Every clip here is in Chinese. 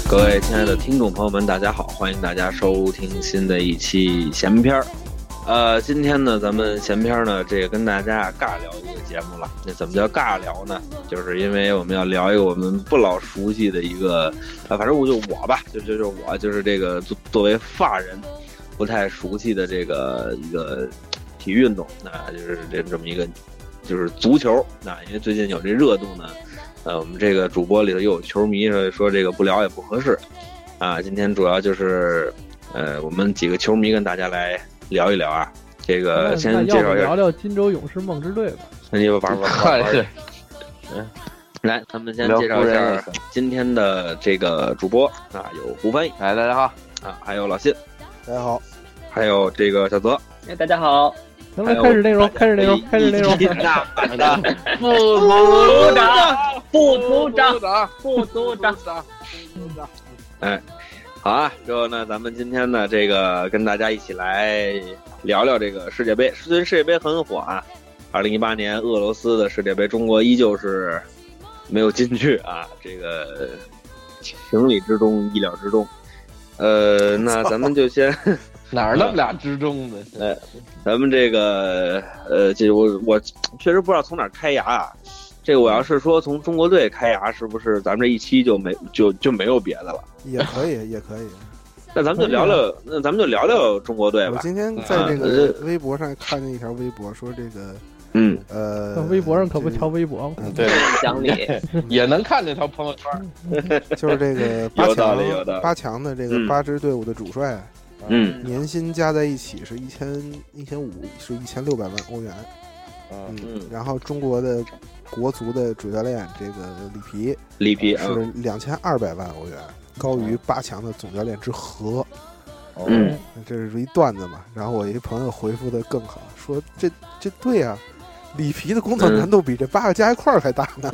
各位亲爱的听众朋友们，大家好，欢迎大家收听新的一期闲篇儿。今天呢，咱们闲篇呢，这个跟大家尬聊一个节目了。那怎么叫尬聊呢？就是因为我们要聊一个我们不老熟悉的一个，反正我吧，就是我就是这个作为发人不太熟悉的这个一个体育运动，那就是这么一个就是足球。那因为最近有这热度呢。我们这个主播里头又有球迷说这个不聊也不合适啊。今天主要就是我们几个球迷跟大家来聊一聊啊。这个先介绍一下， 聊聊金州勇士梦之队吧。 那你玩。来，咱们先介绍一下今天的这个主播啊，有胡翻译， 大家好啊，还有老信， 大家好， 还有这个小泽， 大家好。 咱们开始内容。 副组长。 哎，好啊，之后呢，咱们今天呢，这个跟大家一起来聊聊这个世界杯。最近世界杯很火啊，2018年俄罗斯的世界杯，中国依旧是没有进去啊，这个情理之中，意料之中。那咱们就先。 哪儿那么俩之中的？ 咱们这个这我确实不知道从哪儿开牙啊。这个我要是说从中国队开牙，是不是咱们这一期就没有别的了？ 也可以。 那咱们就聊聊中国队吧。 我今天在这个微博上看见一条微博，说这个微博上可不瞧微博吗？ 对， 讲理也能看这条朋友圈。 就是这个八强的这个8支队伍的主帅。年薪加在一起是1500是1600万欧元。然后中国的国足的主教练这个里皮是2200万欧元，高于8强的总教练之和。这是一段子嘛。然后我一朋友回复的更好，说这对啊，里皮的工作难度比这8个加一块儿还大呢。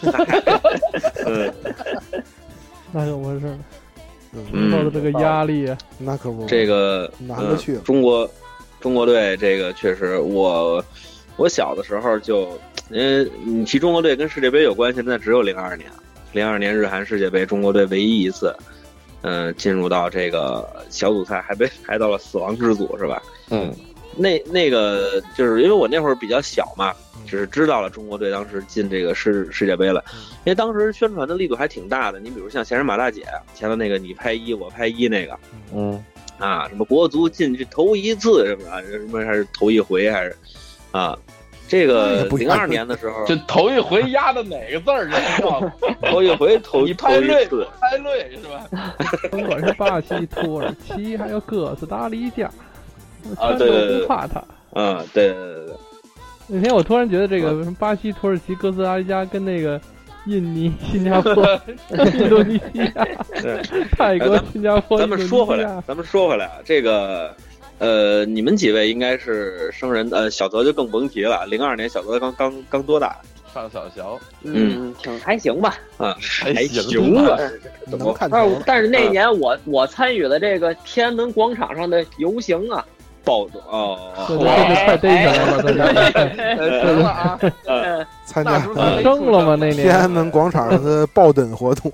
那可不是。的这个压力， 那可不， 这个难得去。 中国队这个确实，我小的时候就，因为你提中国队跟世界杯有关系，那只有02年日韩世界杯，中国队唯一一次，进入到这个小组赛，还被排到了死亡之组，是吧？那个就是因为我那会儿比较小嘛，只是知道了中国队当时进这个世界杯了，因为当时宣传的力度还挺大的。你比如像闲人马大姐前了那个你拍一我拍一那个，什么国足进去头一次什么还是头一回还是啊，这个02年的时候， 这头一回压的哪个字儿？ 头一回你拍对是吧？ 甭管是巴西、土耳其，还有哥斯达黎加。 对， 不怕他。 对。 那天我突然觉得这个什么巴西、土耳其、哥斯达黎加跟那个印尼、新加坡、印度尼西亚、泰国、新加坡。 咱们说回来，这个你们几位应该是生人，小泽就更甭提了。02年小泽刚多大？ 上小学。 还行吧。 还行吧。 能看。 但是那年我参与了这个天安门广场上的游行啊。 暴动这就快逮起来了，大家参加升了吗？那年天安门广场上的爆灯活动，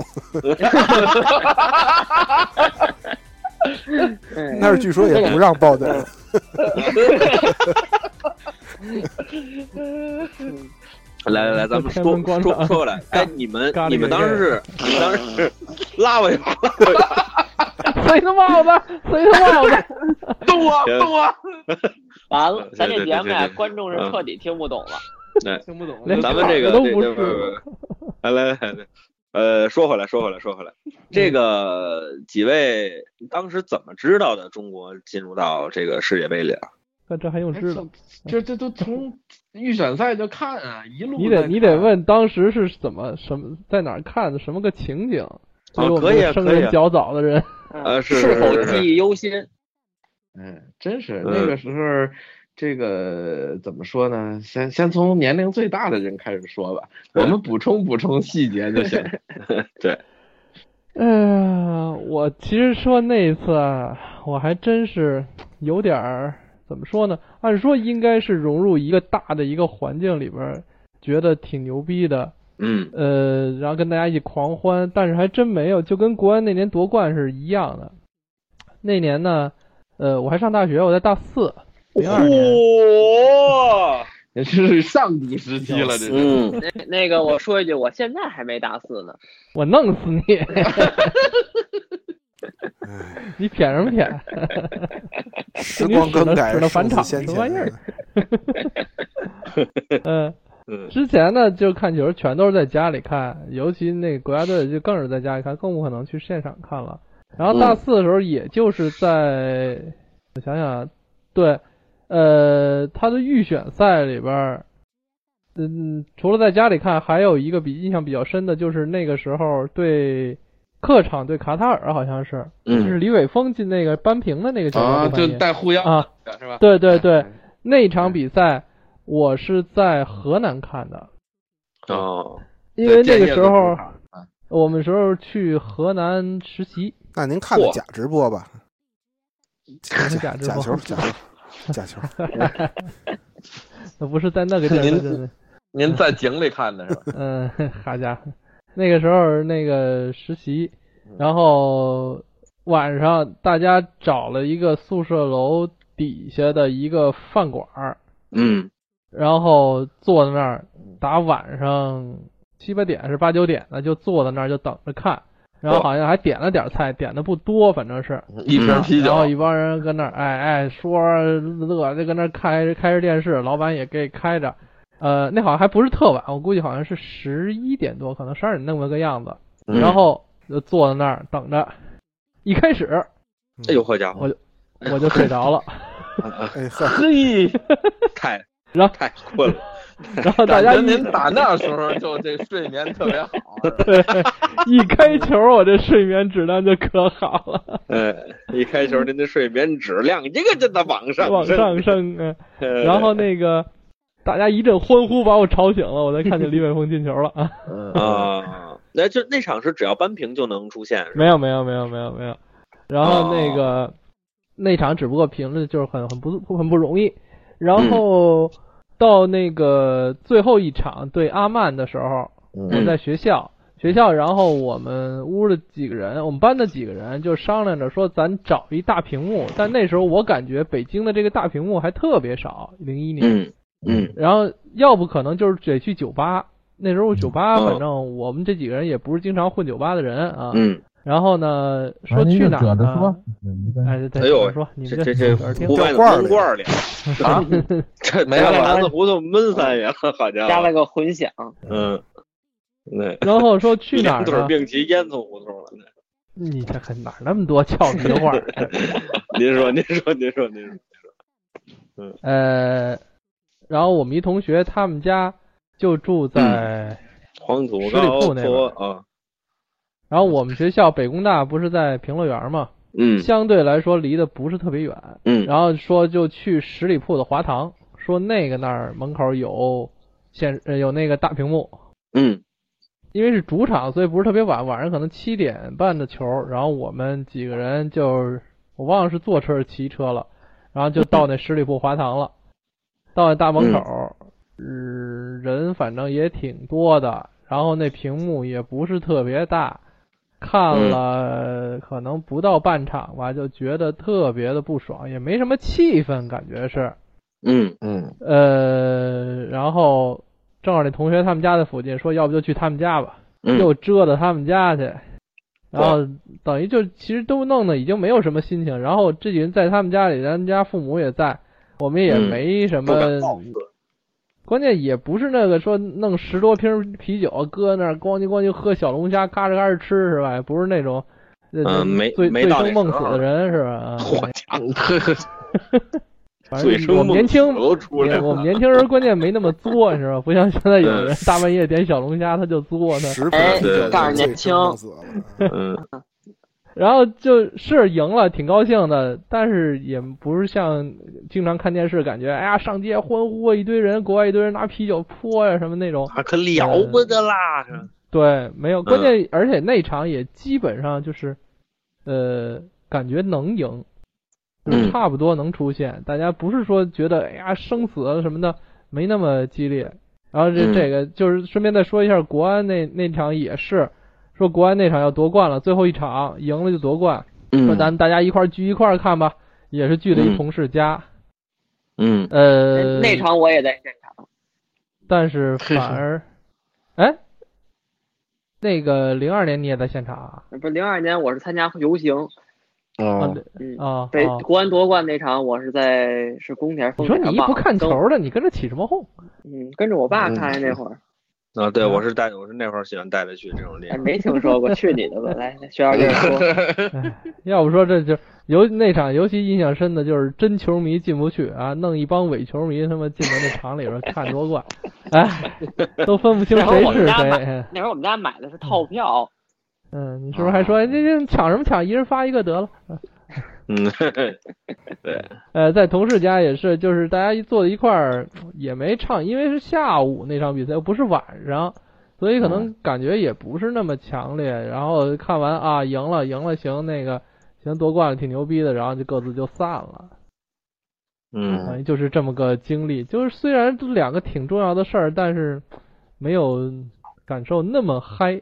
那儿据说也不让爆灯。 来，咱们说来，你们当时是拉我一块。 谁的帽子？ 动啊！ 完了，咱这节目呀，观众是彻底听不懂了。 听不懂。 咱们这个都不是。 来，说回来，这个几位当时怎么知道的中国进入到这个世界杯里啊？ 这还用知道？ 这都从预选赛就看啊，一路。 你得问当时是什么在哪儿看的，什么个情景？ 可以， 生人较早的人， 是否记忆犹新？ 真是那个时候，这个怎么说呢？先从年龄最大的人开始说吧，我们补充细节就行。 对。 我其实说那一次啊，我还真是有点儿怎么说呢？按说应该是融入一个大的一个环境里边，觉得挺牛逼的。 然后跟大家一起狂欢，但是还真没有，就跟国安那年夺冠是一样的。那年呢，我还上大学，我在大4，02年。 这是上古时期了，这是。 那个我说一句，我现在还没大4呢。 我弄死你！你谝什么谝？ 时光更改， 使了返场什么玩意儿？之前呢就看球全都是在家里看，尤其那个国家队就更是在家里看，更不可能去现场看了。然后大4的时候，也就是在我想想，对，他的预选赛里边，除了在家里看，还有一个印象比较深的，就是那个时候客场对卡塔尔，好像是，就是李玮峰进那个扳平的那个球啊，就带护腰啊， 是吧？ 对对对，那场比赛我是在河南看的。 哦， 因为那个时候我们去河南实习。 那您看的假直播吧？ 假球。那不是在那个地方。 您在井里看的是吧？ 好家伙，那个时候那个实习，然后晚上大家找了一个宿舍楼底下的一个饭馆，然后坐在那儿，打晚上7、8点是8、9点的，就坐在那儿就等着看。然后好像还点了点菜，点的不多，反正是一瓶啤酒。 然后一帮人跟那儿说乐，就跟那儿开着电视，老板也给开着。那好像还不是特晚，我估计好像是11点多，可能12点那么个样子。然后就坐在那儿等着。一开始， 哎呦好家伙， 我就睡着了。 嘿，太困了。 然后大家您打那时候就这睡眠特别好。 对，一开球我这睡眠质量就可好了。 一开球您的睡眠质量这个真的往上升。然后那个大家一阵欢呼把我吵醒了，我才看见李玮峰进球了啊。那场是只要扳平就能出现？ 没有。然后那场只不过平了，就是很不容易。然后到那个最后一场对阿曼的时候，我在学校，然后我们屋的几个人，我们班的几个人就商量着说，咱找一大屏幕。但那时候我感觉北京的这个大屏幕还特别少，01年。然后要不可能就是得去酒吧。那时候酒吧，反正我们这几个人也不是经常混酒吧的人啊。然后呢，说去哪儿呢？ 哎呦， 说你这胡外的罐里啊，这没了，丸子胡同闷3元了，好家伙， 加了个混响。 然后说去哪儿呢？ 两对并齐烟囱胡同了。 你这可哪那么多俏皮话？ 您说。 然后我们一同学他们家就住在黄土十里铺那边啊。 然后我们学校北工大不是在平乐园吗？相对来说离得不是特别远。然后说就去十里铺的华堂，说那个那儿门口有那个大屏幕。因为是主场，所以不是特别晚，晚上可能7点半的球。然后我们几个人我忘了是坐车是骑车了，然后就到那十里铺华堂了。到那大门口，人反正也挺多的，然后那屏幕也不是特别大。看了可能不到半场吧，就觉得特别的不爽，也没什么气氛，感觉是。然后正好那同学他们家在附近，说要不就去他们家吧，又折到他们家去，然后等于就其实都弄得已经没有什么心情。然后这几人在他们家里，咱们家父母也在，我们也没什么。关键也不是那个说弄10多瓶啤酒搁那儿咣叽喝小龙虾，咔哧吃是吧？也不是那种醉生梦死的人是吧？反正我们年轻，我们年轻人关键没那么作是吧？不像现在有人大半夜点小龙虾他就作他。 告诉年轻。 然后就是赢了，挺高兴的，但是也不是像经常看电视感觉，哎呀上街欢呼，一堆人，国外一堆人拿啤酒泼呀什么那种， 可了不得啦！ 对，没有，关键而且那场也基本上就是，感觉能赢，就是差不多能出现，大家不是说觉得哎呀生死什么的没那么激烈， 然后这个就是顺便再说一下，国安那场也是说国安那场要夺冠了，最后一场赢了就夺冠，说咱大家一块聚一块看吧，也是聚了一同事家。 那场我也在现场， 但是反而，哎，那个02年你也在现场啊？ 不，02年我是参加游行。 对， 国安夺冠那场，我是宫田丰田。 你说你不看球的，你跟着起什么哄？ 跟着我爸看那会儿。 对，我是那会儿喜欢带着去这种地方。 没听说过，去你的吧！来，学长接着说。 要不说这就那场尤其印象深的就是真球迷进不去啊，弄一帮伪球迷他妈进到那场里边看夺冠，都分不清谁是谁。 那会儿我们家买的是套票。 你是不是还说这抢什么抢，一人发一个得了？ 对。 在同事家也是，就是大家一坐在一块儿也没唱，因为是下午那场比赛，又不是晚上，所以可能感觉也不是那么强烈。然后看完啊，赢了，行，那个行夺冠了，挺牛逼的，然后就各自就散了。就是这么个经历。就是虽然这两个挺重要的事儿，但是没有感受那么嗨。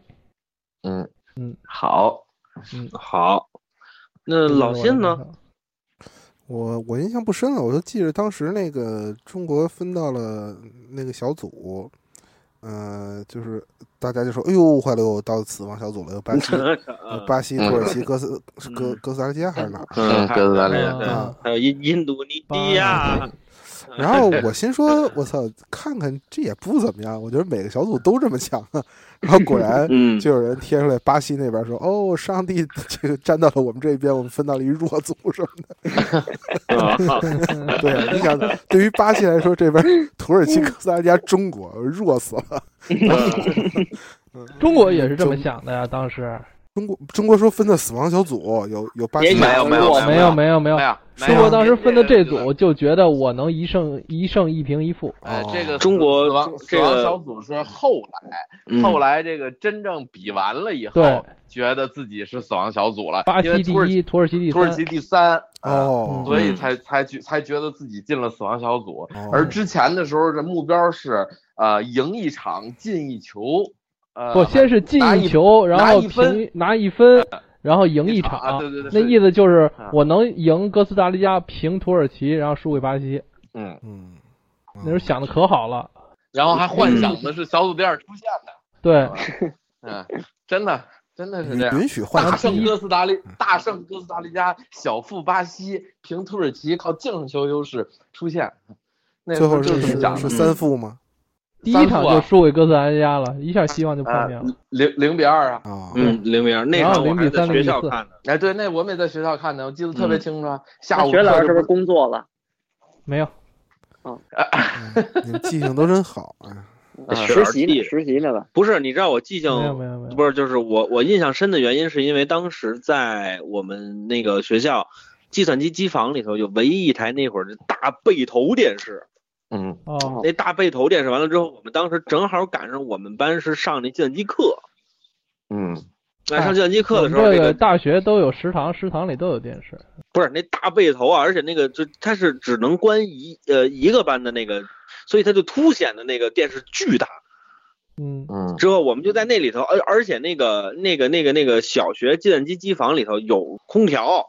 好， 好，那老辛呢？ 我印象不深了，我就记着当时那个中国分到了那个小组，就是大家就说，哎呦，坏了哟，到死亡小组了，有巴西、土耳其、哥斯达黎加还是哪？ 哥斯达黎加， 还有印度尼西亚。 然后我心说，我操，看看这也不怎么样，我觉得每个小组都这么强啊。然后果然就有人贴出来，巴西那边说，哦，上帝这个站到了我们这边，我们分到了一弱组什么的。对，你想，对于巴西来说，这边土耳其、哥斯达黎加、中国弱死了。 中国也是这么想的呀，当时。 中国说分的死亡小组有巴西， 没有， 中国当时分的这组就觉得我能一胜一平一负。 这个中国死亡小组是后来这个真正比完了以后，觉得自己是死亡小组了。 巴西第一，土耳其第三，所以才觉得自己进了死亡小组。而之前的时候，这目标是赢一场进一球。 不，先是进一球，然后拿一分，然后赢一场。 对， 那意思就是我能赢哥斯达黎加，平土耳其，然后输给巴西。那时候想的可好了， 然后还幻想的是小组第二出现的。 对， 真的是这样。 允许幻想。 大胜哥斯达黎加，小负巴西，平土耳其，靠净胜球优势出现。 最后是3负吗？ 第一场就输给哥斯达黎加了，一下希望就破灭了。 0-2啊 ，0-2，那场我还在学校看的。 对，那我们也在学校看的，我记得特别清楚。下午学老师是不是工作了？ 没有。 你们记性都真好啊！ 实习呢吧？ 不是，你知道我记性没有， 不是，就是我印象深的原因是因为当时在我们那个学校计算机机房里头有唯一一台那会儿的大背投电视。那大背投电视完了之后，我们当时正好赶上我们班是上那计算机课。上计算机课的时候， 这个大学都有食堂里都有电视。 不是那大背投啊，而且那个它是只能关一个班的那个，所以它就凸显的那个电视巨大。之后我们就在那里头，而且那个小学计算机机房里头有空调。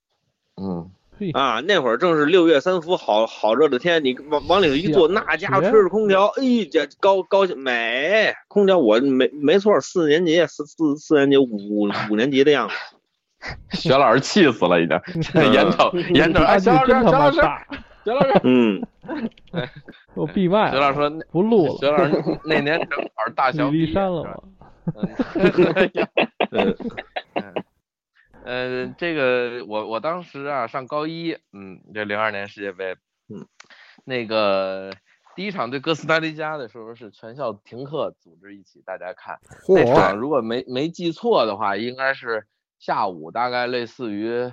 那会儿正是6月3伏，好热的天，你往里头一坐，那家伙吹着空调，这高兴美。空调我没错，4年级4年级5年级的样子。 学老师气死了，已经严整。 学老师，我闭麦。 学老师说不录了。 学老师那年正好大小比山了吗？ 这个我当时上高一，这02年世界杯，那个第一场对哥斯达黎加的时候是全校停课组织一起大家看。那场如果没记错的话，应该是下午，大概类似于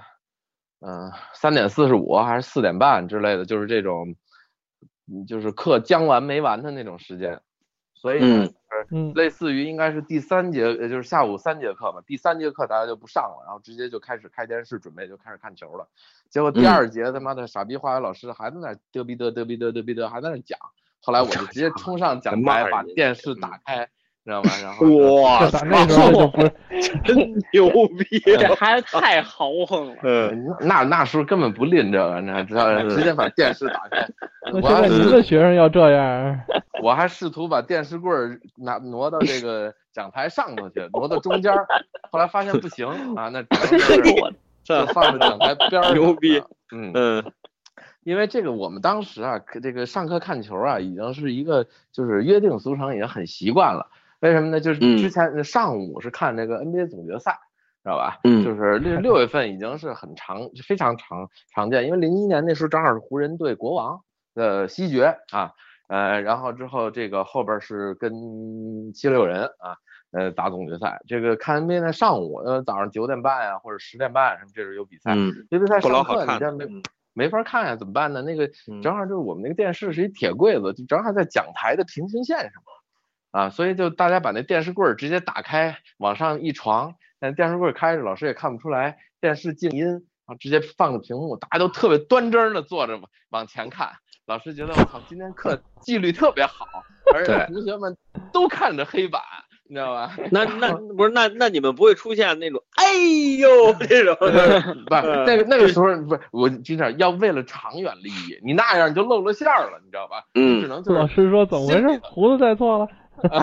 3:45还是4点半之类的，就是这种就是课将完没完的那种时间。所以呢，类似于应该是第3节，也就是下午3节课嘛。第3节课大家就不上了，然后直接就开始开电视，准备就开始看球了。结果第2节他妈的傻逼化学老师还在那嘚逼嘚，还在那讲， 后来我就直接冲上讲台，把电视打开。知道吗？然后哇， 那时候就不是真牛逼， 这孩子太豪横了。那时候根本不吝这个，那知道直接把电视打开。 那现在您的学生要这样， 我还试图把电视柜挪到这个讲台上头去，挪到中间，后来发现不行啊，那只能是这放在讲台边上。 牛逼， 因为这个我们当时啊，这个上课看球啊，已经是一个就是约定俗成，已经很习惯了。为什么呢？就是之前上午是看这个 NBA 总决赛，知道吧？就是6月份已经是非常常见，因为01年那时候正好是湖人对国王的西决啊，然后之后这个后边是跟76人啊，打总决赛。这个看 NBA 呢，上午早上9点半啊或者10点半什么，这时候有比赛，这比赛上课你这没法看呀，怎么办呢？那个正好就是我们那个电视是一铁柜子，就正好在讲台的平行线上。啊，所以就大家把那电视柜直接打开，往上一床，但电视柜开着，老师也看不出来，电视静音，然后直接放着屏幕，大家都特别端正的坐着往前看。老师觉得我操，今天课纪律特别好，而且同学们都看着黑板，你知道吧？ 那不是那你们不会出现那种哎呦这种？ 不是那个时候不是我经常要为了长远利益，你那样你就露了馅了，你知道吧？只能就是老师说怎么回事？胡子在错了。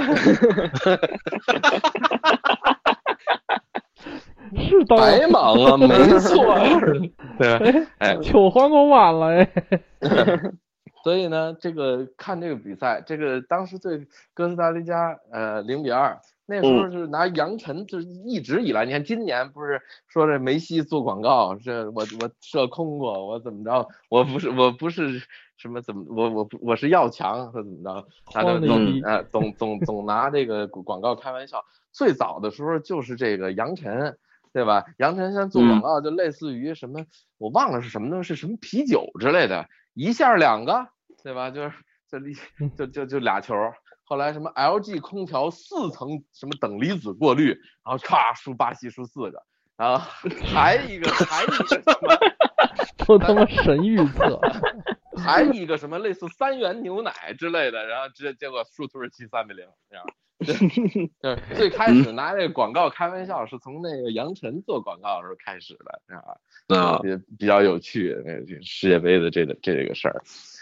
是白忙啊，没错。对， 韭黄都晚了哎。 所以呢，这个看这个比赛，这个当时对哥斯达黎加0-2，那时候是拿杨晨，就是一直以来，你看今年不是说这梅西做广告，这我射空过，我怎么着，我不是什么怎么我是要强或怎么着，他就总拿这个广告开玩笑。最早的时候就是这个杨晨，对吧？杨晨现在做广告就类似于什么，我忘了是什么东西，是什么啤酒之类的，一下2个，对吧？就俩球。后来什么 LG 空调4层什么等离子过滤，然后唰输巴西输4个，然后还一个什么， 都他妈神预测， 还一个什么类似3元牛奶之类的，然后结果输土耳其3-0，这样。就是最开始拿这个广告开玩笑，是从那个杨晨做广告的时候开始的，知道吧？比较有趣那个世界杯的这个事儿。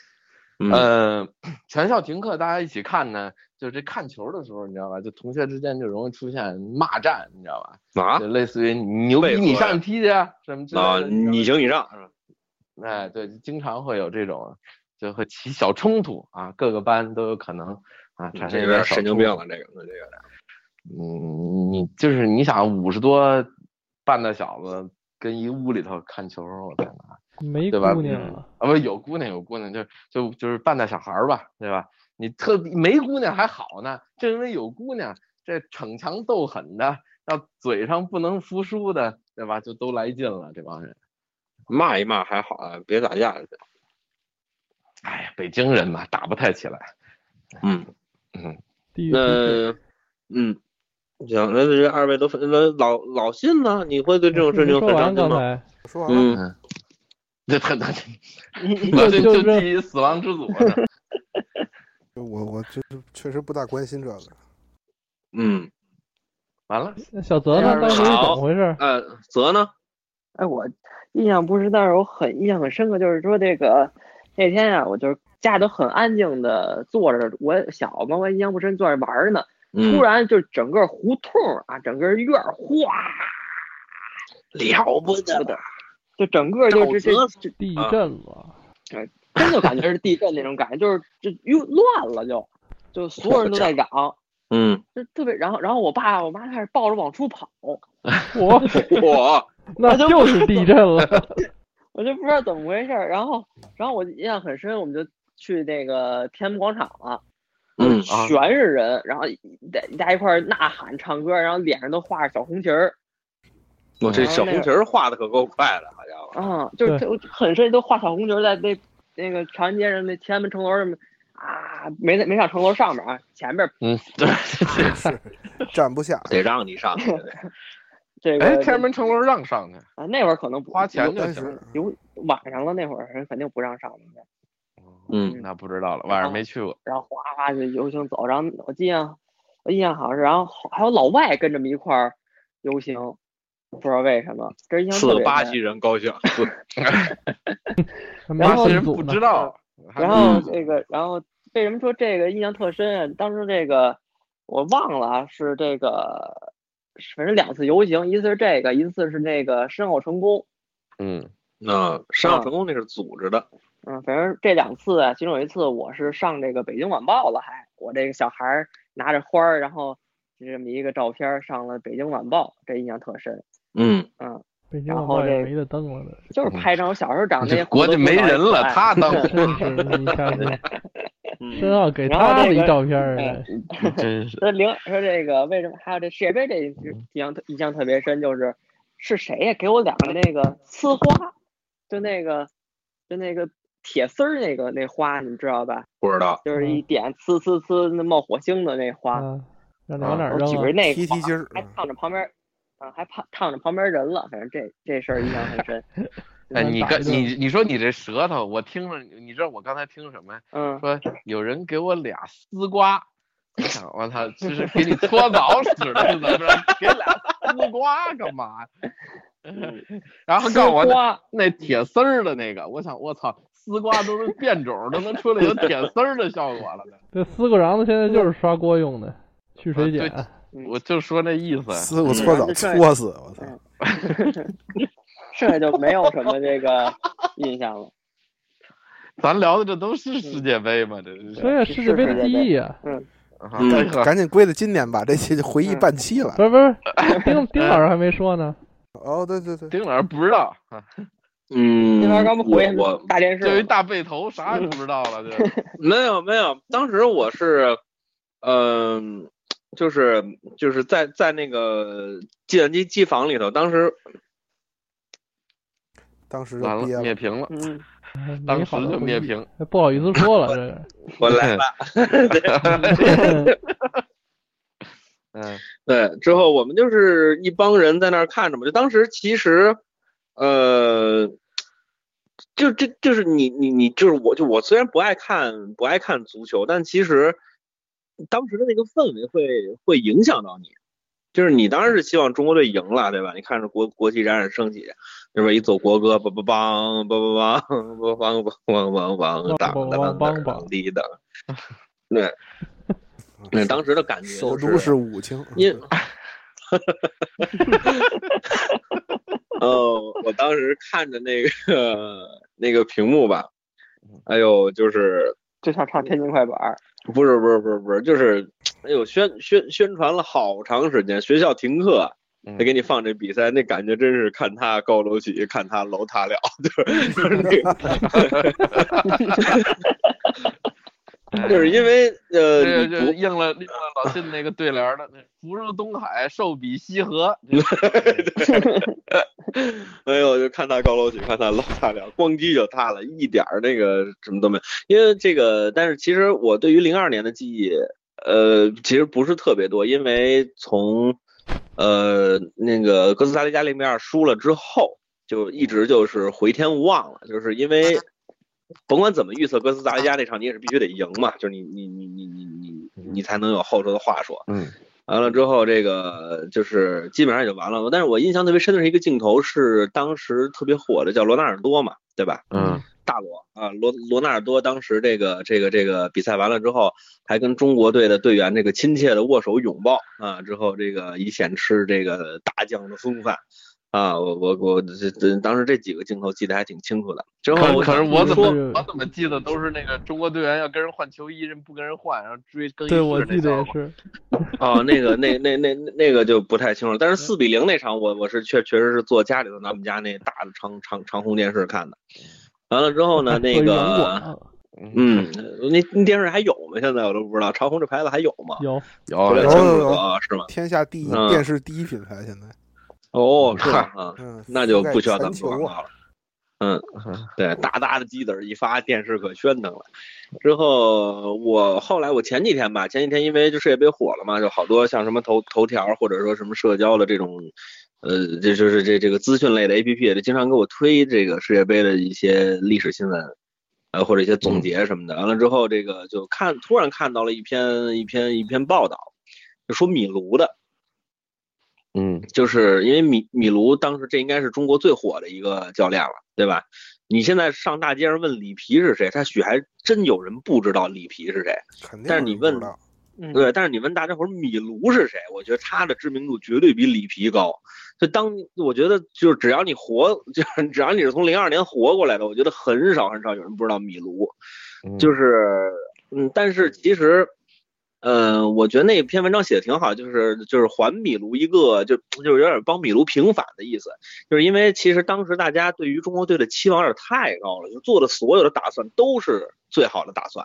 全校停课，大家一起看呢，就是这看球的时候，你知道吧？就同学之间就容易出现骂战，你知道吧？就类似于你牛逼你上踢去什么之类的， 你行你上是吧？ 哎，对，经常会有这种就会起小冲突啊，各个班都有可能啊产生一点神经病了，这个。 你就是你想50多半大小子跟一屋里头看球，我天哪！ 没姑娘啊？ 不有姑娘，就是半大小孩吧，对吧？你没姑娘还好呢，正因为有姑娘，这逞强斗狠的，要嘴上不能服输的，对吧？就都来劲了，这帮人骂一骂还好啊，别打架。 哎呀，北京人嘛，打不太起来。 行，那这二位都老信呢？你会对这种事情很上心吗？ 说完了。 这我就基于死亡之组了。 我确实不大关心这个。 完了， 小泽呢？当时怎么回事？ 泽呢？ 哎，我印象不是，但是我印象很深刻，就是说这个那天啊，我就是家里都很安静的坐着，我小嘛，我印象不深，坐着玩呢。突然就整个胡同啊，整个院哗， 了不得的。 就整个就是这地震了， 真的感觉是地震那种感觉，就是又乱了，就所有人都在嚷，就特别，然后我爸我妈开始抱着往出跑， 我那就是地震了， 我就不知道怎么回事，然后我印象很深，我们就去那个天安门广场了，全是人，然后大家一块呐喊唱歌，然后脸上都画着小红旗儿。 我这小红旗儿画的可够快的，好家伙！就是很深，都画小红旗儿在那个长安街上那天安门城楼什么啊，没上城楼上面啊，前面对， 是站不下， 得让你上去。 这个天安门城楼让上去啊，那会儿可能不花钱就行， 有晚上了，那会儿人肯定不让上的。 那不知道了，晚上没去过。 然后哗哗就游行走，然后我印象好是，然后还有老外跟着我们一块儿游行，不知道为什么，这印象特别深。 巴西人高兴， 然后人不知道。 然后然后为什么说这个印象特深啊？当时这个我忘了是这个，反正2次游行，一次是这个，一次是那个申奥成功。 申奥成功那是组织的。 反正这2次啊，其中有一次我是上这个北京晚报了，我这个小孩拿着花儿，然后就这么一个照片上了北京晚报，这印象特深。然后这没得登了的， 就是拍张我小时候长那些国家没人了，他登。 真要给他的一照片儿， 真是。 说这个为什么还有这世界杯这印象特别深，就是谁呀给我2个那个呲花，就那个铁丝儿那花，你们知道吧？ 不知道， 就是一点呲那冒火星的那花， 让往哪扔？ 举着那踢筋儿， 还烫着旁边。还烫着旁边人了，反正这事儿印象很深。 你说你这舌头，我听着，你知道我刚才听什么呀？说有人给我俩丝瓜，我想我操，这是给你搓澡使的，是怎么着？给俩丝瓜干嘛？然后告诉我那铁丝儿的那个，我想我操，丝瓜都是变种，都能出来有铁丝儿的效果了呢。 这丝瓜瓤子现在就是刷锅用的，去水碱。 我就说那意思， 丝瓜搓澡搓死，我操！ 剩下就没有什么这个印象了。 咱聊的这都是世界杯吗？这是对呀，世界杯的记忆啊。 赶紧归到今年吧，这期就回忆半期了。 不是，丁老师还没说呢。 哦，对， 丁老师不知道。 丁老师刚不回我大电视， 就一大背头，啥也不知道了。就没有，当时我是，就是在那个计算机机房里头，当时完了灭屏了，当时就灭屏， 不好意思说了，这个我来了，对，之后我们就是一帮人在那儿看着嘛，就当时其实，就是你就是我虽然不爱看足球，但其实。当时的那个氛围会影响到你，就是你当然是希望中国队赢了，对吧？你看着国旗冉冉升起，对吧？一走国歌，梆梆梆梆梆梆梆梆梆梆梆梆滴的，对，那当时的感觉首都是武清， 我当时看着那个屏幕吧，哎呦，就是就像唱天津快板。 不是，就是哎呦宣传了好长时间，学校停课得给你放这比赛，那感觉真是看他高楼起，看他楼塌了，就是那个，就是因为就应了老信那个对联的，福如东海，寿比西河。 哎呦，就看他高楼起，看他楼塌了，咣叽就塌了，一点那个什么都没有。因为这个，但是其实我对于02年的记忆，其实不是特别多，因为从那个哥斯达黎加0-2输了之后，就一直就是回天无望了，就是因为甭管怎么预测哥斯达黎加那场你也是必须得赢嘛，就是你才能有后头的话说。完了之后，这个就是基本上也就完了。但是我印象特别深的是一个镜头，是当时特别火的，叫罗纳尔多嘛，对吧？大罗啊，罗纳尔多当时这个比赛完了之后，还跟中国队的队员这个亲切的握手拥抱啊，之后这个以显示这个大将的风范。啊，我当时这几个镜头记得还挺清楚的。之后可是我怎么记得都是那个中国队员要跟人换球衣，人不跟人换，然后追更衣室。 对，我记得也是。 哦，那个就不太清楚了。但是4-0那场，我是确实是坐家里头拿我们家那大的长虹电视看的。完了之后呢，那个那电视还有吗？现在我都不知道，长虹这牌子还有吗？ 有是吗？ 天下第一电视第一品牌现在。 哦，是啊，那就不需要咱们广告了。对，大的机子一发，电视可喧腾了。之后我前几天因为就世界杯火了嘛，就好多像什么头条或者说什么社交的这种，这就是这个资讯类的 APP 也经常给我推这个世界杯的一些历史新闻。 或者一些总结什么的。完了之后，这个就突然看到了一篇报道，就说米卢的，就是因为米卢当时这应该是中国最火的一个教练了，对吧？你现在上大街上问里皮是谁，他许还真有人不知道里皮是谁。但是你问，对，但是你问大家伙米卢是谁，我觉得他的知名度绝对比里皮高。就我觉得就是只要你是从02年活过来的，我觉得很少有人不知道米卢。就是但是其实我觉得那篇文章写的挺好，就是还米卢一个就是有点帮米卢平反的意思，就是因为其实当时大家对于中国队的期望有点太高了，就做的所有的打算都是最好的打算。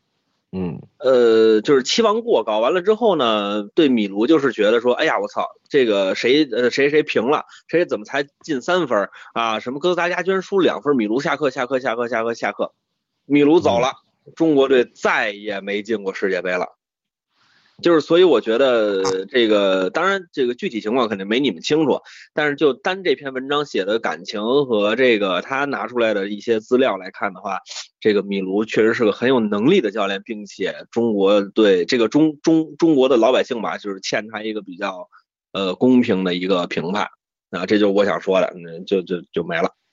就是期望过高，完了之后呢，对米卢就是觉得说，哎呀，我操，这个谁平了，谁怎么才进3分啊？什么哥斯达黎加居然输2分，米卢下课，米卢走了，中国队再也没进过世界杯了。就是所以我觉得这个当然这个具体情况肯定没你们清楚，但是就单这篇文章写的感情和这个他拿出来的一些资料来看的话，这个米卢确实是个很有能力的教练，并且中国对这个中国的老百姓吧，就是欠他一个比较公平的一个评判啊，这就是我想说的，就没了。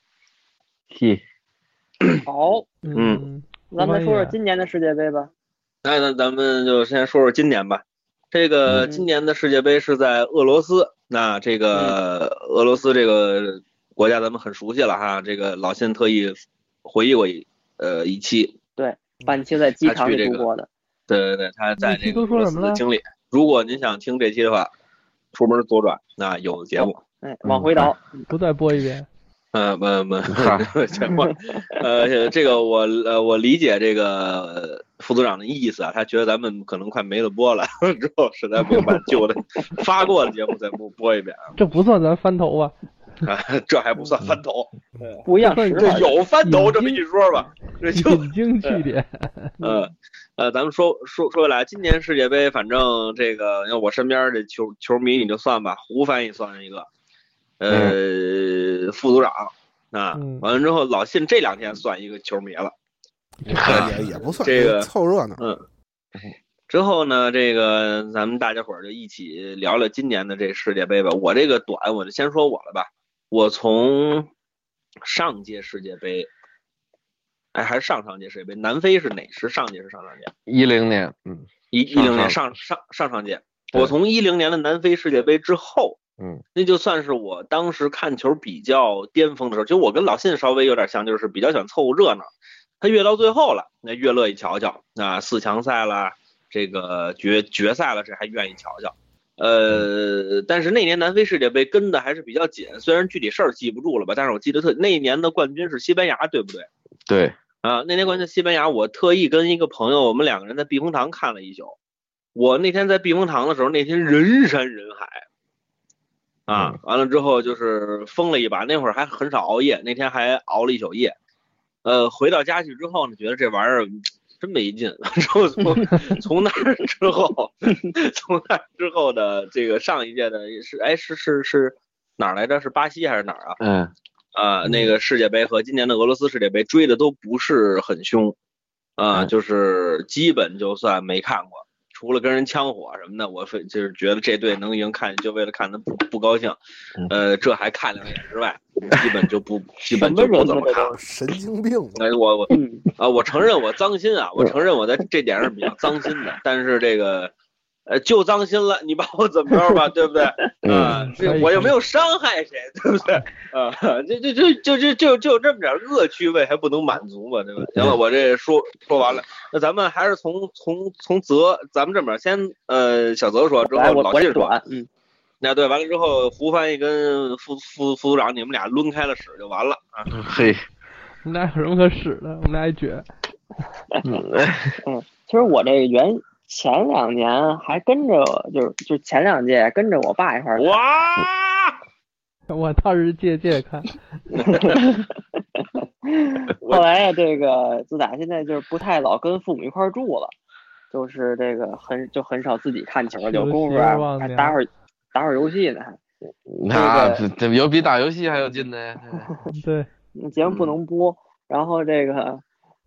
好，咱们说说今年的世界杯吧。 那咱们就先说说今年吧。这个今年的世界杯是在俄罗斯，那这个俄罗斯这个国家咱们很熟悉了哈，这个老辛特意回忆过一期， 对，半期在机场里度过的， 对，他在这个俄罗斯的经历。如果您想听这期的话，出门左转那有节目， 往回倒， 不再播一遍。 这个我理解这个副组长的意思啊，他觉得咱们可能快没得播了，之后实在没有办旧的发过的节目再播一遍。 这不算咱翻头吧？ 这还不算翻头， 不一样， 这有翻头这么一说吧，这就引经据典。 咱们说回来，今年世界杯，反正这个因为我身边这球迷你就算吧，胡翻译算一个。副组长完了之后，老信这2天算一个球迷了， 也不算这个凑热闹。 之后呢，这个咱们大家伙儿就一起聊聊今年的这世界杯吧。我这个短，我就先说我了吧。我从上届世界杯，还是上届世界杯，南非是哪时？上届是上届 ？10年 ，10年上届。我从10年的南非世界杯之后。那就算是我当时看球比较巅峰的时候，就我跟老信稍微有点像，就是比较喜欢凑热闹。他越到最后了，那越乐意瞧瞧。4强赛了，这个决赛了，这还愿意瞧瞧。但是那年南非世界杯跟的还是比较紧，虽然具体事儿记不住了吧，但是我记得那一年的冠军是西班牙，对不对？ 对。 那年冠军西班牙，我特意跟一个朋友，我们2个人在避风塘看了一宿。我那天在避风塘的时候，那天人山人海。完了之后就是疯了一把，那会儿还很少熬夜，那天还熬了一宿夜。回到家去之后呢，觉得这玩意儿真没劲。之后从那之后的这个上一届的是哪儿来着？是巴西还是哪儿啊？那个世界杯和今年的俄罗斯世界杯追的都不是很凶就是基本就算没看过。除了跟人枪火什么的，我就是觉得这队能赢，看就为了看他不高兴，这还看2眼之外，基本就不怎么看。 神经病！ 我承认我脏心啊，我承认我在这点上比较脏心的，但是这个就脏心了，你把我怎么着吧，对不对？我又没有伤害谁，对不对？就这么点恶趣味还不能满足嘛，对吧？行了，我这说完了，那咱们还是从咱们这边先小泽说，之后老信说，那对，完了之后胡翻译跟副组长你们俩抡开了使就完了啊。 嘿， 我们俩有什么可使的？我们俩一绝。 其实我这前2年还跟着，就前2届跟着我爸一块儿。 哇！ 我倒是借看。 后来这个自打现在就是不太老跟父母一块儿住了，就是这个很少自己看球，有功夫还打会儿游戏呢。 这有比打游戏还有劲的。 对， 节目不能播。然后这个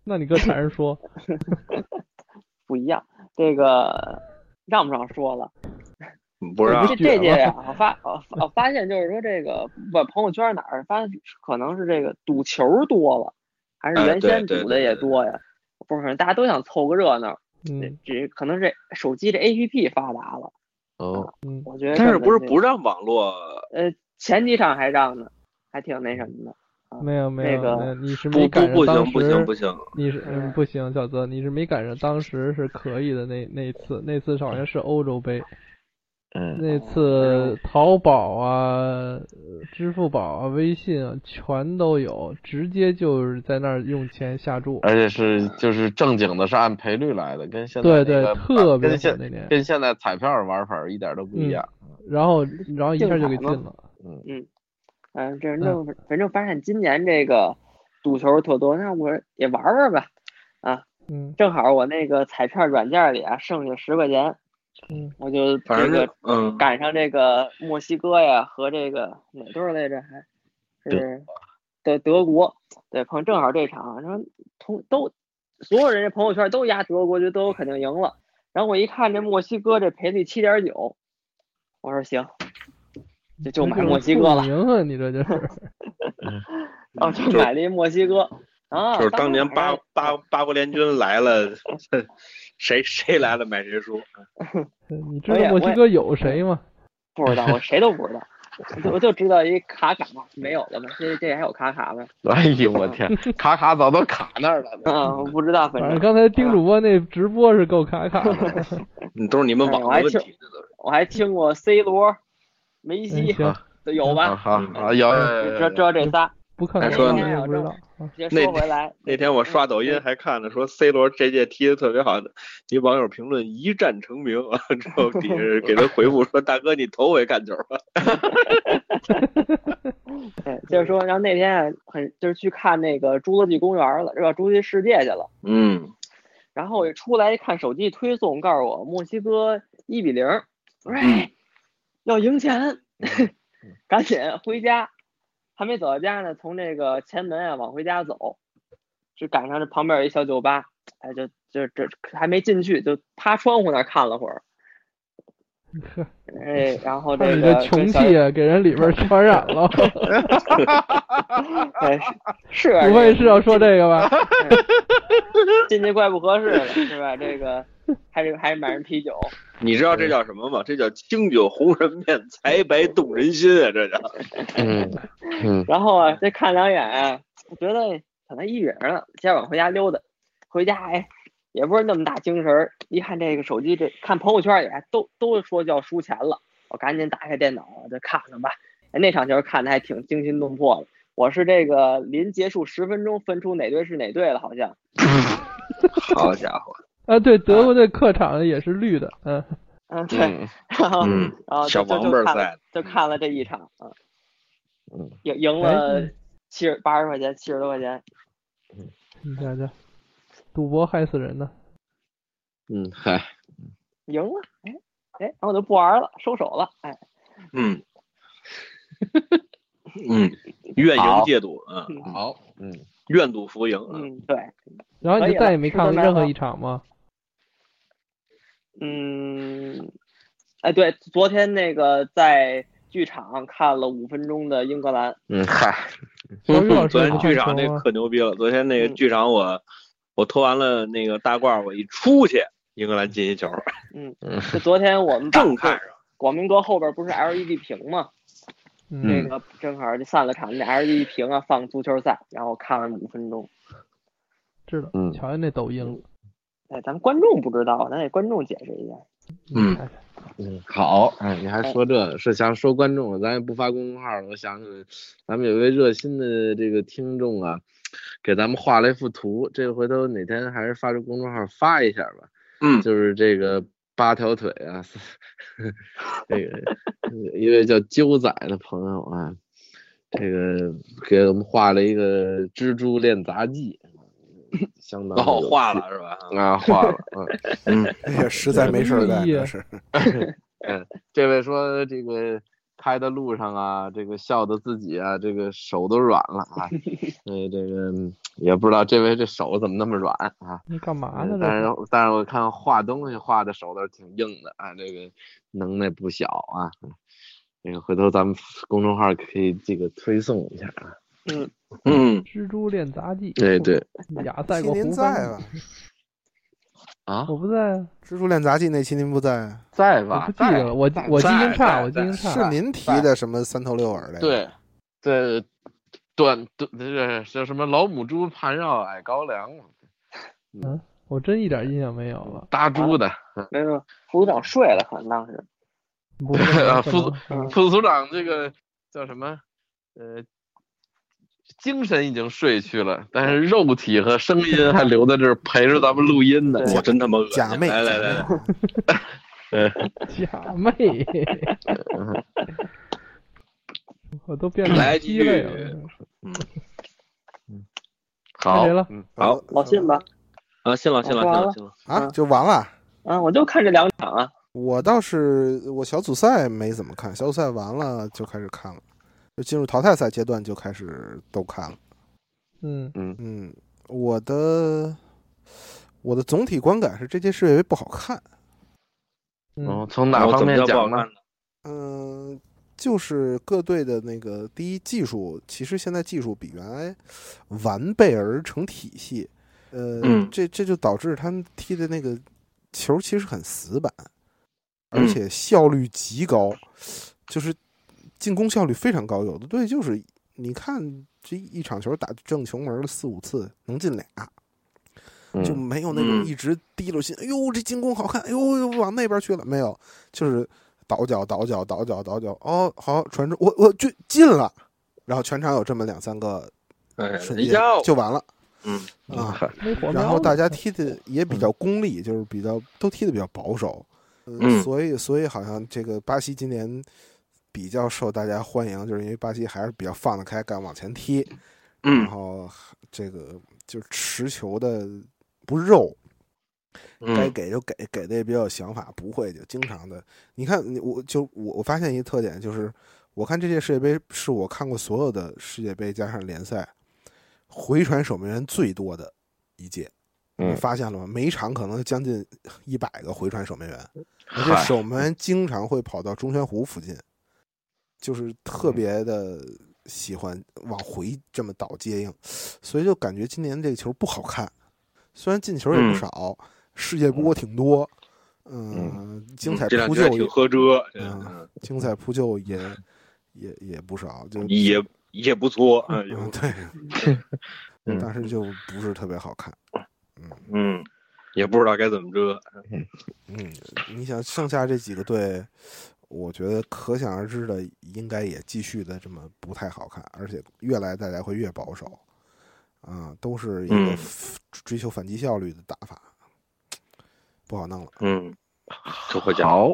那你搁台上说不一样，这个让不让说了？ 不让。 这届呀，我发现就是说这个朋友圈哪儿发现可能是这个赌球多了，还是原先赌的也多呀？不是，大家都想凑个热闹。这可能是手机这 APP 发达了。我觉得。 但是不让网络？ 前几场还让呢，还挺那什么的。 没有那个你是没赶上当时不行， 你是不行，小泽你是没赶上当时是可以的那次好像是欧洲杯，那次淘宝啊、支付宝啊、微信啊全都有，直接就是在那儿用钱下注， 而且是就是正经的是按赔率来的，跟现在对特别火那年， 跟现在彩票玩法一点都不一样。 然后一下就给进了。 反正发现今年这个赌球特多，那我也玩玩吧。正好我那个彩票软件里啊剩下10块钱，我就这个赶上这个墨西哥呀和这个哪队来着，还是德国，对，正好这场，然后所有人这朋友圈都压德国，觉得德国肯定赢了。然后我一看这墨西哥这赔率7.9，我说行。就买墨西哥了， 赢啊！你这就是， 然后就买了一墨西哥啊。 就是当年八国联军来了，谁来了买谁输。 你知道墨西哥有谁吗？ 不知道，我谁都不知道，我就知道一卡没有了吗？这还有卡吗？ 哎呦我天，卡早都卡那儿了。 我不知道，反正刚才丁主播那直播是够卡的。 都是你们网络问题。 我还听过 C 罗。梅西有吧？ 好，有。 这仨不可能。 说回来， 那天我刷抖音还看了，说 C 罗这届踢得特别好的，一网友评论一战成名，之后底下给他回复说：“大哥，你头回干球吧。” 对，就是说，然后那天就是去看那个侏罗纪公园了，侏罗纪世界去了。然后我一出来一看手机推送，告诉我墨西哥1-0，我说要赢钱，赶紧回家，还没走到家呢，从这个前门啊往回家走，就赶上这旁边有一小酒吧，就这还没进去，就趴窗户那儿看了会儿，然后这个穷气啊，给人里边传染了。 是不会是要说这个吧？ 进去怪不合适的，是吧？这个还买人啤酒。 你知道这叫什么吗？这叫清酒红人面，财白动人心啊！这叫。 然后啊，这看2眼啊，我觉得可能1-0了，接着往回家溜达。回家也不是那么大精神，一看这个手机，这看朋友圈也都说要输钱了，我赶紧打开电脑再看看吧。那场球看的还挺惊心动魄的。我是这个临结束10分钟分出哪队是哪队了，好像。 好家伙！ 对，德国队客场也是绿的， 对，然后小王八赛就看了这一场啊，赢了80块钱，70多块钱。 你瞧瞧，赌博害死人呢。 嗨， 赢了，然后我就不玩了，收手了， 愿赢戒赌， 好， 愿赌服赢， 对。 然后你就再也没看过任何一场吗？ 对，昨天那个在剧场看了5分钟的英格兰。 昨天剧场那可牛逼了，昨天那个剧场我拖完了那个大褂，我一出去，英格兰进一球。 就昨天我们正看上广明阁后边不是 LED 屏吗？这个正好就散了场，那 LED 屏啊放足球赛，然后看了5分钟。 知道，瞧见那抖音了。 咱们观众不知道，咱给观众解释一下。 好，你还说这是想说观众，咱也不发公众号了。我想想，咱们有位热心的这个听众啊，给咱们画了一幅图，这个回头哪天还是发出公众号发一下吧。就是这个8条腿啊，这个一位叫鸠仔的朋友啊，这个给我们画了一个蜘蛛练杂技。相当画了是吧？ 画了， 实在没事干，这是。 这位说这个开的路上啊，这个笑的自己啊，这个手都软了啊。这个也不知道这位这手怎么那么软啊？ 你干嘛呢？ 但是我看画东西画的手都是挺硬的啊，这个能耐不小啊。这个回头咱们公众号可以这个推送一下啊。 蜘蛛链杂技。 对， 亚赛过胡在吧？ 啊， 我不在啊。 蜘蛛链杂技那期您不在？ 在吧？ 我不记得了，我记性差， 是您提的什么三头六耳的？ 对，这是什么老母猪盘绕矮高粱？ 我真一点印象没有了。 搭猪的， 没有，副组长睡了，可能当时。 不是副组长这个叫什么？精神已经睡去了，但是肉体和声音还留在这儿陪着咱们录音呢。 我真他妈恶心！ 假妹， 来， 假妹，我都变成鸡肋了。 好， 好， 老信吧。 信了啊，就完了啊！我就看这2场啊。 我倒是小组赛没怎么看，小组赛完了就开始看了。就进入淘汰赛阶段就开始都看了。我的总体观感是这届世界杯不好看。 从哪方面讲呢？ 就是各队的那个第一技术，其实现在技术比原来完备而成体系。这就导致他们踢的那个球其实很死板，而且效率极高，就是进攻效率非常高。有的队就是你看这一场球打正球门了4-5次能进俩，就没有那种一直提溜心，哎呦这进攻好看，哎呦往那边去了，没有，就是倒脚，哦好传出我就进了，然后全场有这么2-3个瞬间就完了。然后大家踢的也比较功利，就是都踢的比较保守。所以好像这个巴西今年比较受大家欢迎，就是因为巴西还是比较放得开，敢往前踢。然后这个就是持球的不肉，该给就给的也比较有想法，不会就经常的。你看，我发现一个特点，就是我看这届世界杯是我看过所有的世界杯加上联赛回传守门员最多的一届。你发现了吗？每一场可能将近100个回传守门员，而且守门员经常会跑到中圈弧附近，就是特别的喜欢往回这么倒接应，所以就感觉今年这个球不好看。虽然进球也不少，世界波挺多，精彩扑救挺合辙， 精彩扑救也不少，就也不错， 对，但是就不是特别好看。 也不知道该怎么着。 你想剩下这几个队，我觉得可想而知的，应该也继续的这么不太好看，而且大家会越保守，都是一个追求反击效率的打法，不好弄了。 这回好。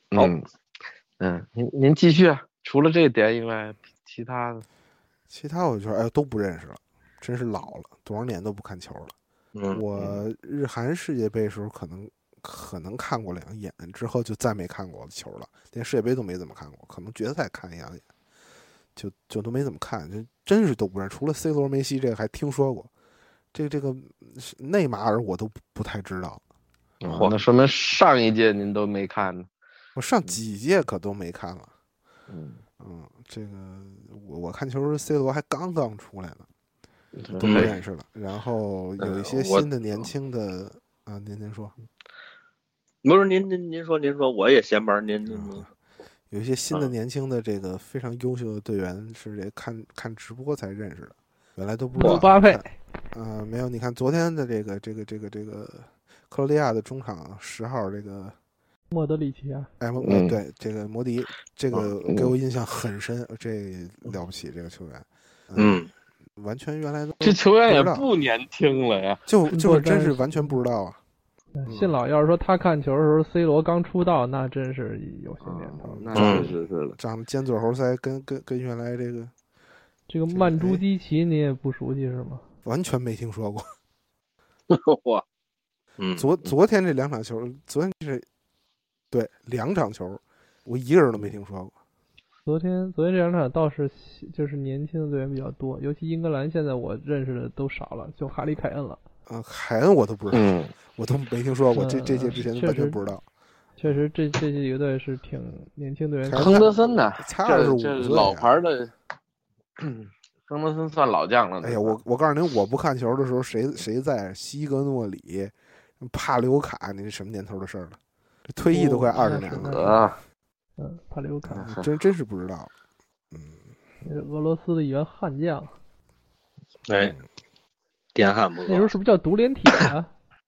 您继续，除了这点以外，其他我觉得都不认识了，真是老了，多少年都不看球了。我日韩世界杯的时候可能看过2眼，之后就再没看过球了，连世界杯都没怎么看过，可能决赛看1-2眼，就都没怎么看，就真是都不认识。除了 C 罗、梅西这个还听说过，这个内马尔我都不太知道。 那说明上一届您都没看呢。 我上几届可都没看了。这个我看球时 C 罗还刚出来呢。都不认识了，然后有一些新的年轻的您说， 不是您说，我也闲班，您有一些新的年轻的这个非常优秀的队员是这看直播才认识的，原来都不知道。 巴佩， 没有，你看昨天的这个克罗地亚的中场10号这个莫德里奇啊， 对，这个摩迪，这个给我印象很深，这了不起，这个球员，完全原来这球员也不年轻了呀， 就是真是完全不知道啊。 信老要是说他看球的时候 C 罗刚出道，那真是有些年头。 那是的， 长得尖嘴猴腮，跟原来这个曼朱基奇你也不熟悉是吗？ 完全没听说过。 哇， 昨天这2场球，昨天对2场球，我一个人都没听说过。 昨天这两场倒是就是年轻的队员比较多，尤其英格兰现在我认识的都少了，就哈里凯恩了。 凯恩我都不知道，我都没听说过，这届之前完全不知道。 确实，这几个队是挺年轻队员。 亨德森呢？ 才25岁， 老牌的。亨德森算老将了。 哎呀，我告诉您，我不看球的时候，谁在西格诺里、帕留卡，那是什么年头的事儿了？这退役都快20年了。 帕留卡， 真是不知道。 那是俄罗斯的一员悍将。 哎，电焊不错。 那时候是不是叫独联体啊？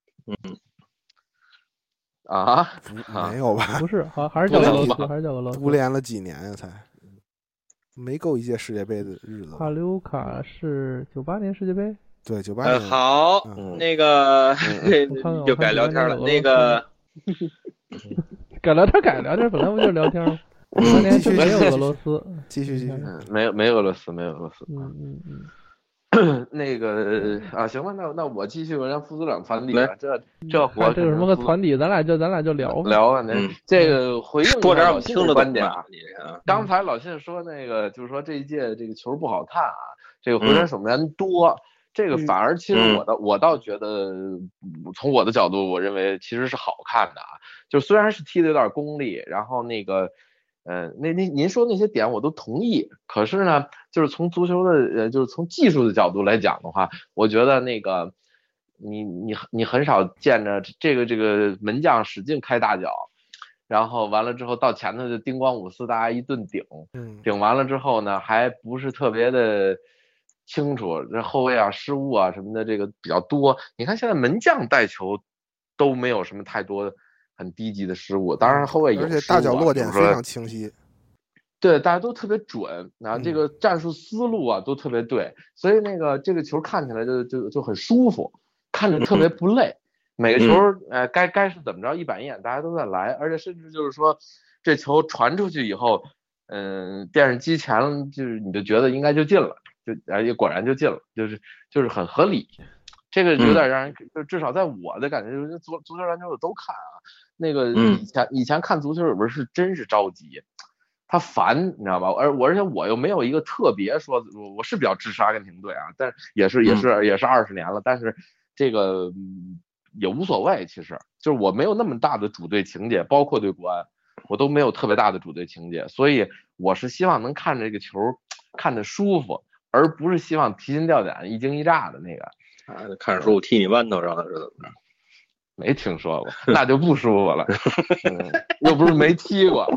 没有吧？ 不是，还是叫俄罗斯，还是叫俄罗斯？ 独联了几年呀？才没够一届世界杯的日子。 帕留卡是98年世界杯。 对，98年。 好，那个就改聊天了。那个改聊天，本来不就是聊天吗？98年就没有俄罗斯。 继续。 没有俄罗斯。那个行吧，那我继续，让副组长传递了。这活这有什么个传递？咱俩就聊吧。这个回应说点老信的观点啊。 刚才老信说那个，就是说这一届这个球不好看啊，这个回传守门员多，这个反而其实我倒觉得，从我的角度，我认为其实是好看的啊。就虽然是踢的有点功利，然后那个。您说那些点我都同意，可是呢，就是从足球的就是从技术的角度来讲的话，我觉得那个你很少见着这个门将使劲开大脚，然后完了之后到前头就叮咣五四大家一顿顶完了之后呢，还不是特别的清楚，这后卫啊失误啊什么的这个比较多。你看现在门将带球都没有什么太多的。很低级的失误，当然后卫有失误， 而且大脚落点非常清晰， 对，大家都特别准，然后这个战术思路啊都特别对，所以那个这个球看起来就很舒服，看着特别不累，每个球该是怎么着一板一眼大家都在来，而且甚至就是说这球传出去以后，电视机前就是你就觉得应该就进了，也果然就进了，就是很合理。这个有点让人，就至少在我的感觉，就是足球篮球我都看啊。那个以前看足球有时候是真是着急，他烦，你知道吧？而且我又没有一个特别说，我是比较支持阿根廷队啊，但也是20年了，但是这个也无所谓，其实就是我没有那么大的主队情节，包括对国安，我都没有特别大的主队情节，所以我是希望能看这个球看着舒服，而不是希望提心吊胆、一惊一乍的那个。 看书踢你馒头上的是怎么着？ 没听说过，那就不舒服了。又不是没踢过。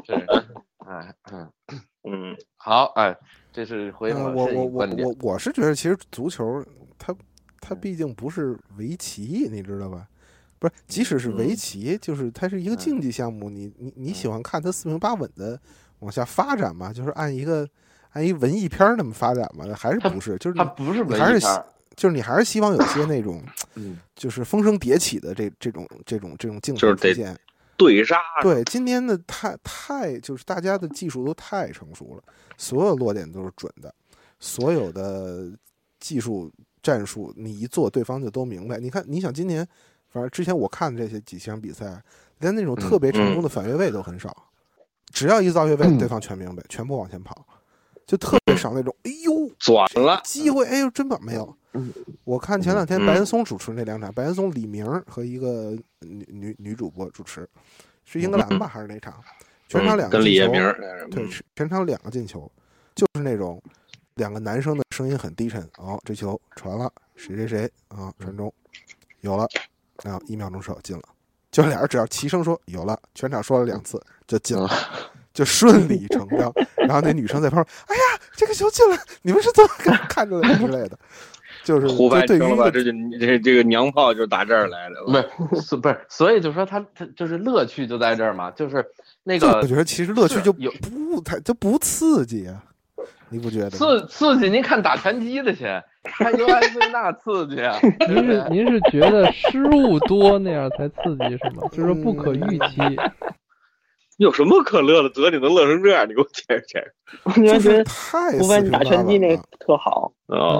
好，这是回应我观点。 我是觉得，其实足球它毕竟不是围棋，你知道吧？不是，即使是围棋，就是它是一个竞技项目，你喜欢看它四平八稳的往下发展吗？就是按一文艺片那么发展吗？还是不是？就是它不是文艺片。 就是你还是希望有些那种，就是风声迭起的这种镜头出现， 对杀。 对，今天的太就是大家的技术都太成熟了，所有落点都是准的，所有的技术战术你一做，对方就都明白。你看，你想今年，反正之前我看的这些几场比赛，连那种特别成功的反越位都很少，只要一造越位，对方全明白，全部往前跑。就特别少那种，哎呦， 转了机会，哎呦，真把没有。我看前两天白岩松主持那两场，白岩松、李明和一个女主播主持，是英格兰吧还是哪场？全场2个进球，对，全场2个进球，就是那种2个男生的声音很低沉，这球传了，谁啊，传中，有了，然后1秒钟之后进了，就俩人只要齐声说有了，全场说了2次就进了。就顺理成章，然后那女生在旁边，哎呀，这个球进了，你们是怎么看出来之类的，就是胡白成了吧？这个娘炮就打这儿来的， 不是，所以就说他就是乐趣就在这儿嘛，就是那个， 我觉得其实乐趣就就不刺激啊，你不觉得？ 刺激，您看打拳击的去，看 UFC 那刺激啊！ 您是觉得失误多那样才刺激是吗？就是不可预期。 有什么可乐的？得你能乐成这样？你给我解释解释。 我觉得太胡白打拳击那个特好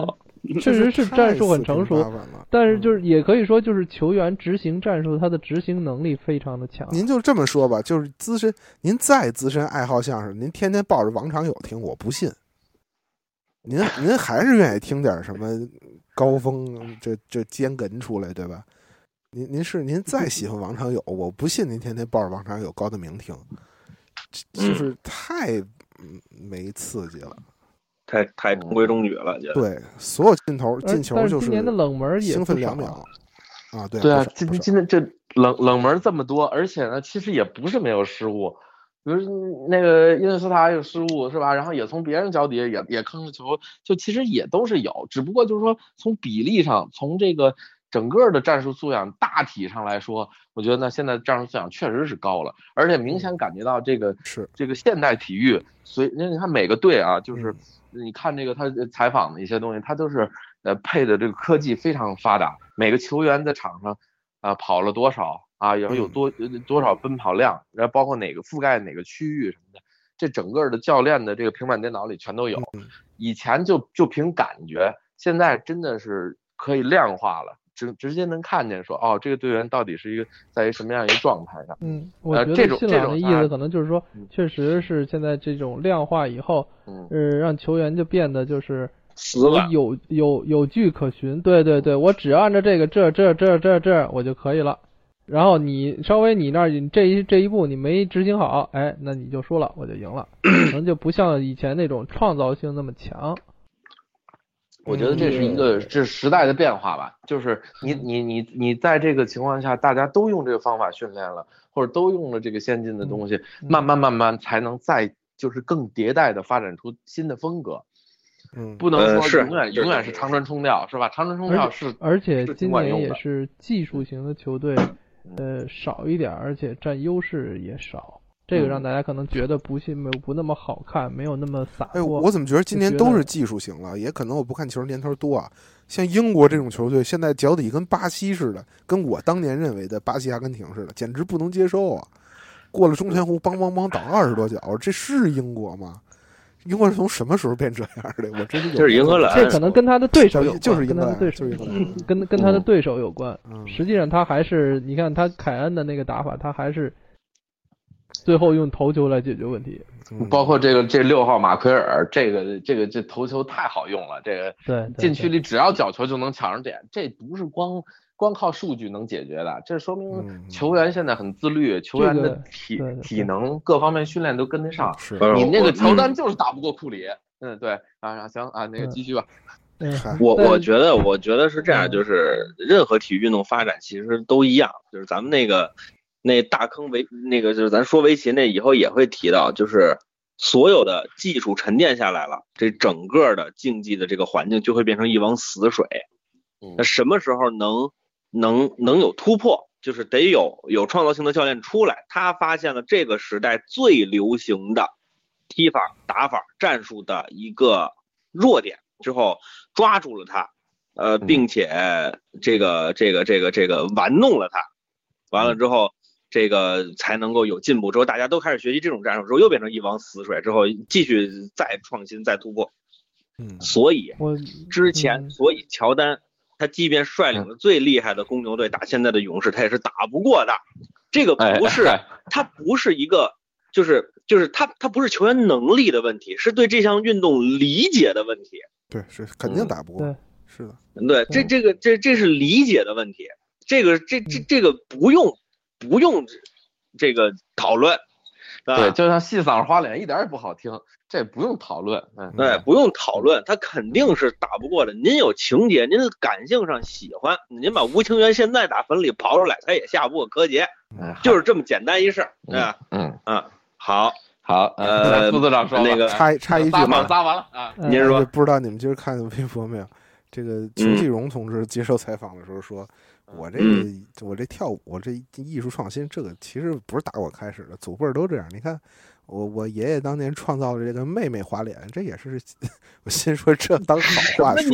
确实是战术很成熟，但是就是也可以说就是球员执行战术，他的执行能力非常的强。 您就这么说吧，就是您再资深爱好相声，您天天抱着王长友听，我不信。您还是愿意听点什么高峰这尖哏出来，对吧？您再喜欢王长友，我不信您天天抱着王长友高德明听，就是太没刺激了。 太中规中矩了， 对，所有进球就是今年的冷门也兴奋2秒啊， 对啊，今年这冷门这么多，而且呢，其实也不是没有失误，比如那个伊涅斯塔有失误是吧？然后也从别人脚底下也坑了球，就其实也都是有，只不过就是说从比例上，从这个整个的战术素养大体上来说，我觉得呢现在战术素养确实是高了，而且明显感觉到这个现代体育，所以你看每个队啊，就是你看这个他采访的一些东西，他都是配的这个科技非常发达，每个球员在场上跑了多少啊，然后有多少奔跑量，然后包括哪个覆盖哪个区域什么的，这整个的教练的这个平板电脑里全都有。以前就凭感觉，现在真的是可以量化了。直接能看见说哦，这个队员到底是一个在于什么样一个状态上。 我觉得信朗的意思可能就是说，确实是现在这种量化以后，让球员就变得就是有据可循。对，我只要按照这个这我就可以了。然后你稍微你那儿这一步你没执行好，哎，那你就输了，我就赢了。可能就不像以前那种创造性那么强。 我觉得这是时代的变化吧，就是你在这个情况下，大家都用这个方法训练了，或者都用了这个先进的东西，慢慢才能再就是更迭代的发展出新的风格。不能说永远是长传冲吊，是吧？长传冲吊是， 而且今年也是技术型的球队，少一点，而且占优势也少。这个让大家可能觉得不那么好看，没有那么洒脱。 我怎么觉得今年都是技术型了？也可能我不看球年头多啊。像英国这种球队，现在脚底跟巴西似的，跟我当年认为的巴西、阿根廷似的，简直不能接受啊！过了中前湖，梆挡20多脚，这是英国吗？英国是从什么时候变这样的？我真是就是英格兰， 这可能跟他的对手有关， 就是跟他的对手跟他的对手有关。实际上他还是你看他凯恩的那个打法，他还是。最后用头球来解决问题， 包括这6号马奎尔，这头球太好用了，这个对禁区里只要角球就能抢上点，这不是光靠数据能解决的，这说明球员现在很自律，球员的体能各方面训练都跟得上。你那个乔丹就是打不过库里，对啊，行啊，那个继续吧。 我觉得是这样，就是任何体育运动发展其实都一样，就是咱们那大坑就是咱说围棋那以后也会提到，就是所有的技术沉淀下来了，这整个的竞技的这个环境就会变成一汪死水。那什么时候能有突破，就是得有创造性的教练出来，他发现了这个时代最流行的踢法、打法、战术的一个弱点之后，抓住了它，并且这个玩弄了它，完了之后。这个才能够有进步，之后大家都开始学习这种战术，之后又变成一汪死水，之后继续再创新再突破。所以乔丹他即便率领了最厉害的公牛队打现在的勇士，他也是打不过的。这个不是他不是一个就是他不是球员能力的问题，是对这项运动理解的问题。 对，是肯定打不过。是的， 对，这是理解的问题。这个不用这个讨论， 对，就像细嗓花脸一点也不好听，这不用讨论， 对，不用讨论，他肯定是打不过的。您有情节，您感性上喜欢，您把吴清源现在打坟里刨出来，他也下不过柯洁，就是这么简单一事儿，好， 副组长说那个插一句嘛， 撒完了啊， 您说不知道你们今儿看微博没有？这个邱继荣同志接受采访的时候说。我这跳舞，我这艺术创新，这个其实不是打我开始的，祖辈都这样。你看，我爷爷当年创造了这个妹妹滑脸，这也是我心说这当好话说。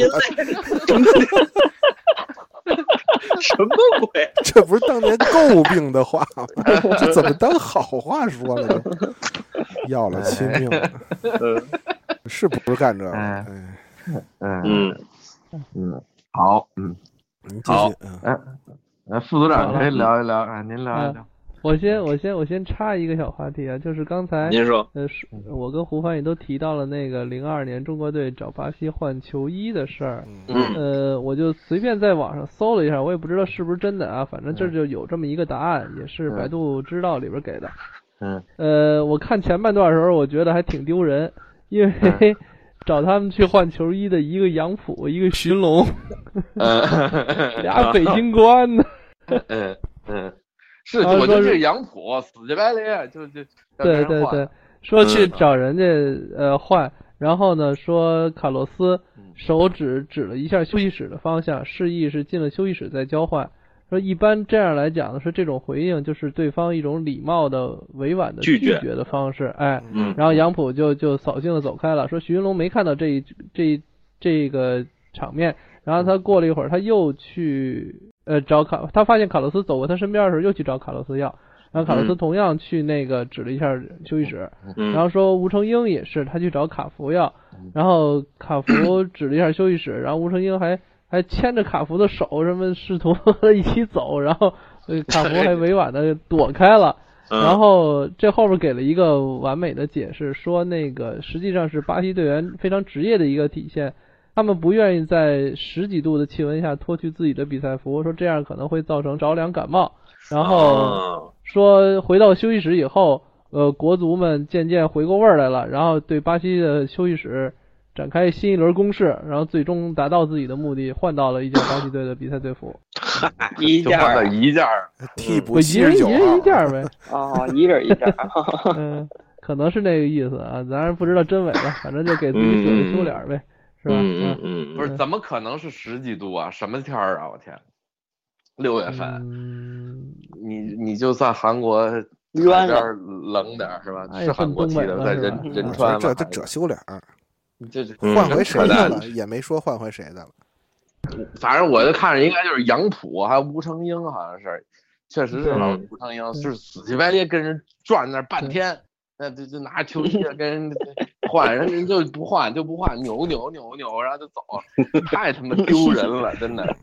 什么鬼？ 这不是当年诟病的话吗？这怎么当好话说了呢？要了亲命，是不是干这个？ 好，好，副组长可以聊一聊，您聊一聊。 我先插一个小话题啊，就是刚才您说， 我跟胡帆也都提到了那个02年中国队找巴西换球衣的事儿，我就随便在网上搜了一下，我也不知道是不是真的啊，反正这就有这么一个答案，也是百度知道里边给的。我看前半段的时候，我觉得还挺丢人，因为找他们去换球衣的一个杨浦，一个寻龙，俩北京国安的。 是，我觉得这杨浦死乞白赖，就对，说去找人家换，然后呢说卡洛斯手指了一下休息室的方向，示意是进了休息室再交换。说一般这样来讲呢，是这种回应就是对方一种礼貌的委婉的拒绝的方式，然后杨浦就扫兴的走开了。说徐云龙没看到这个场面，然后他过了一会儿他又去找他发现卡洛斯走过他身边的时候又去找卡洛斯要，然后卡洛斯同样去那个指了一下休息室，然后说吴成英也是他去找卡福要，然后卡福指了一下休息室，然后吴成英还牵着卡福的手，什么试图和他一起走，然后卡福还委婉的躲开了。然后这后面给了一个完美的解释，说那个实际上是巴西队员非常职业的一个体现，他们不愿意在10几度的气温下脱去自己的比赛服，说这样可能会造成着凉感冒。然后说回到休息室以后，国足们渐渐回过味儿来了，然后对巴西的休息室展开新一轮攻势，然后最终达到自己的目的，换到了一件巴西队的比赛队服。 一件替补一人一件呗。 一人一件。 可能是那个意思啊，咱不知道真伪吧，反正就给自己写个秋脸呗，是吧？ 不是，怎么可能是10几度啊？什么天儿啊！我天，6月份，你就算韩国边冷点是吧？是韩国踢的，在仁川， 这遮羞脸。 这换回谁的了？也没说换回谁的了。 反正我就看着应该就是杨浦还有吴成英，好像是，确实是老吴成英是死乞白赖跟人转那半天，那就拿球衣跟人换，人就不换，扭，然后就走，太他妈丢人了，真的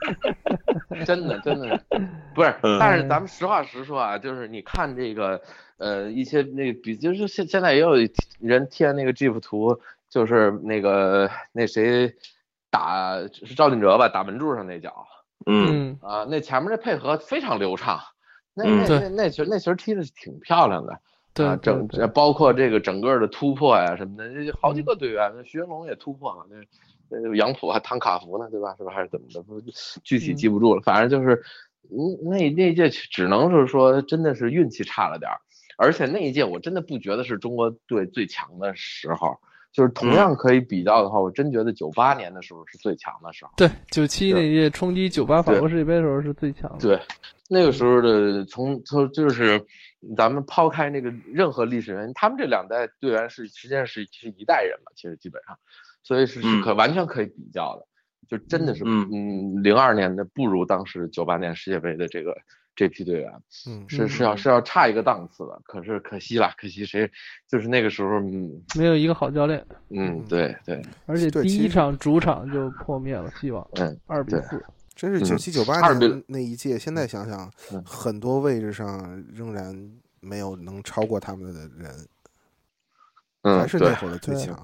不是。但是咱们实话实说啊，就是你看这个一些那个就是现在也有人贴那个 GIF 图。就是那谁是赵俊哲吧，打门柱上那脚，那前面那配合非常流畅，那球踢的挺漂亮的， 对， 包括这个整个的突破呀什么的，好几个队员，徐云龙也突破了，那杨浦还唐卡福呢，对吧？是吧？还是怎么的？具体记不住了，反正就是那一届只能是说真的是运气差了点，而且那一届我真的不觉得是中国队最强的时候。就是同样可以比较的话，我真觉得98年的时候是最强的时候。 对，97那届冲击98法国世界杯的时候是最强的。 对，那个时候的从就是咱们抛开那个任何历史原因，他们这2代队员实际上是一代人了，其实基本上，所以是完全可以比较的。就真的是02年的不如当时98年世界杯的这批队员，是要差一个档次的。可是可惜谁就是那个时候没有一个好教练。 对， 而且第一场主场就破灭了希望，2比4。 真是97、98年那一届，现在想想，很多位置上仍然没有能超过他们的人，还是那会儿的最强。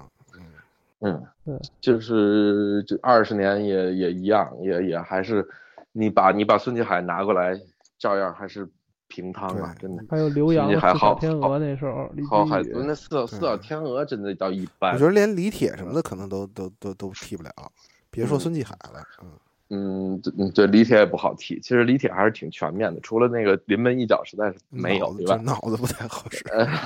就是20年也一样，也还是你把孙继海拿过来。照样还是平汤啊，真的。 还有刘洋、四小天鹅那时候， 好海豚那四小天鹅真的叫一般。 我觉得连李铁什么的可能都踢不了，别说孙继海了。 对，李铁也不好踢。其实李铁还是挺全面的，除了那个临门一脚实在是没有，对吧？ 脑子不太好使，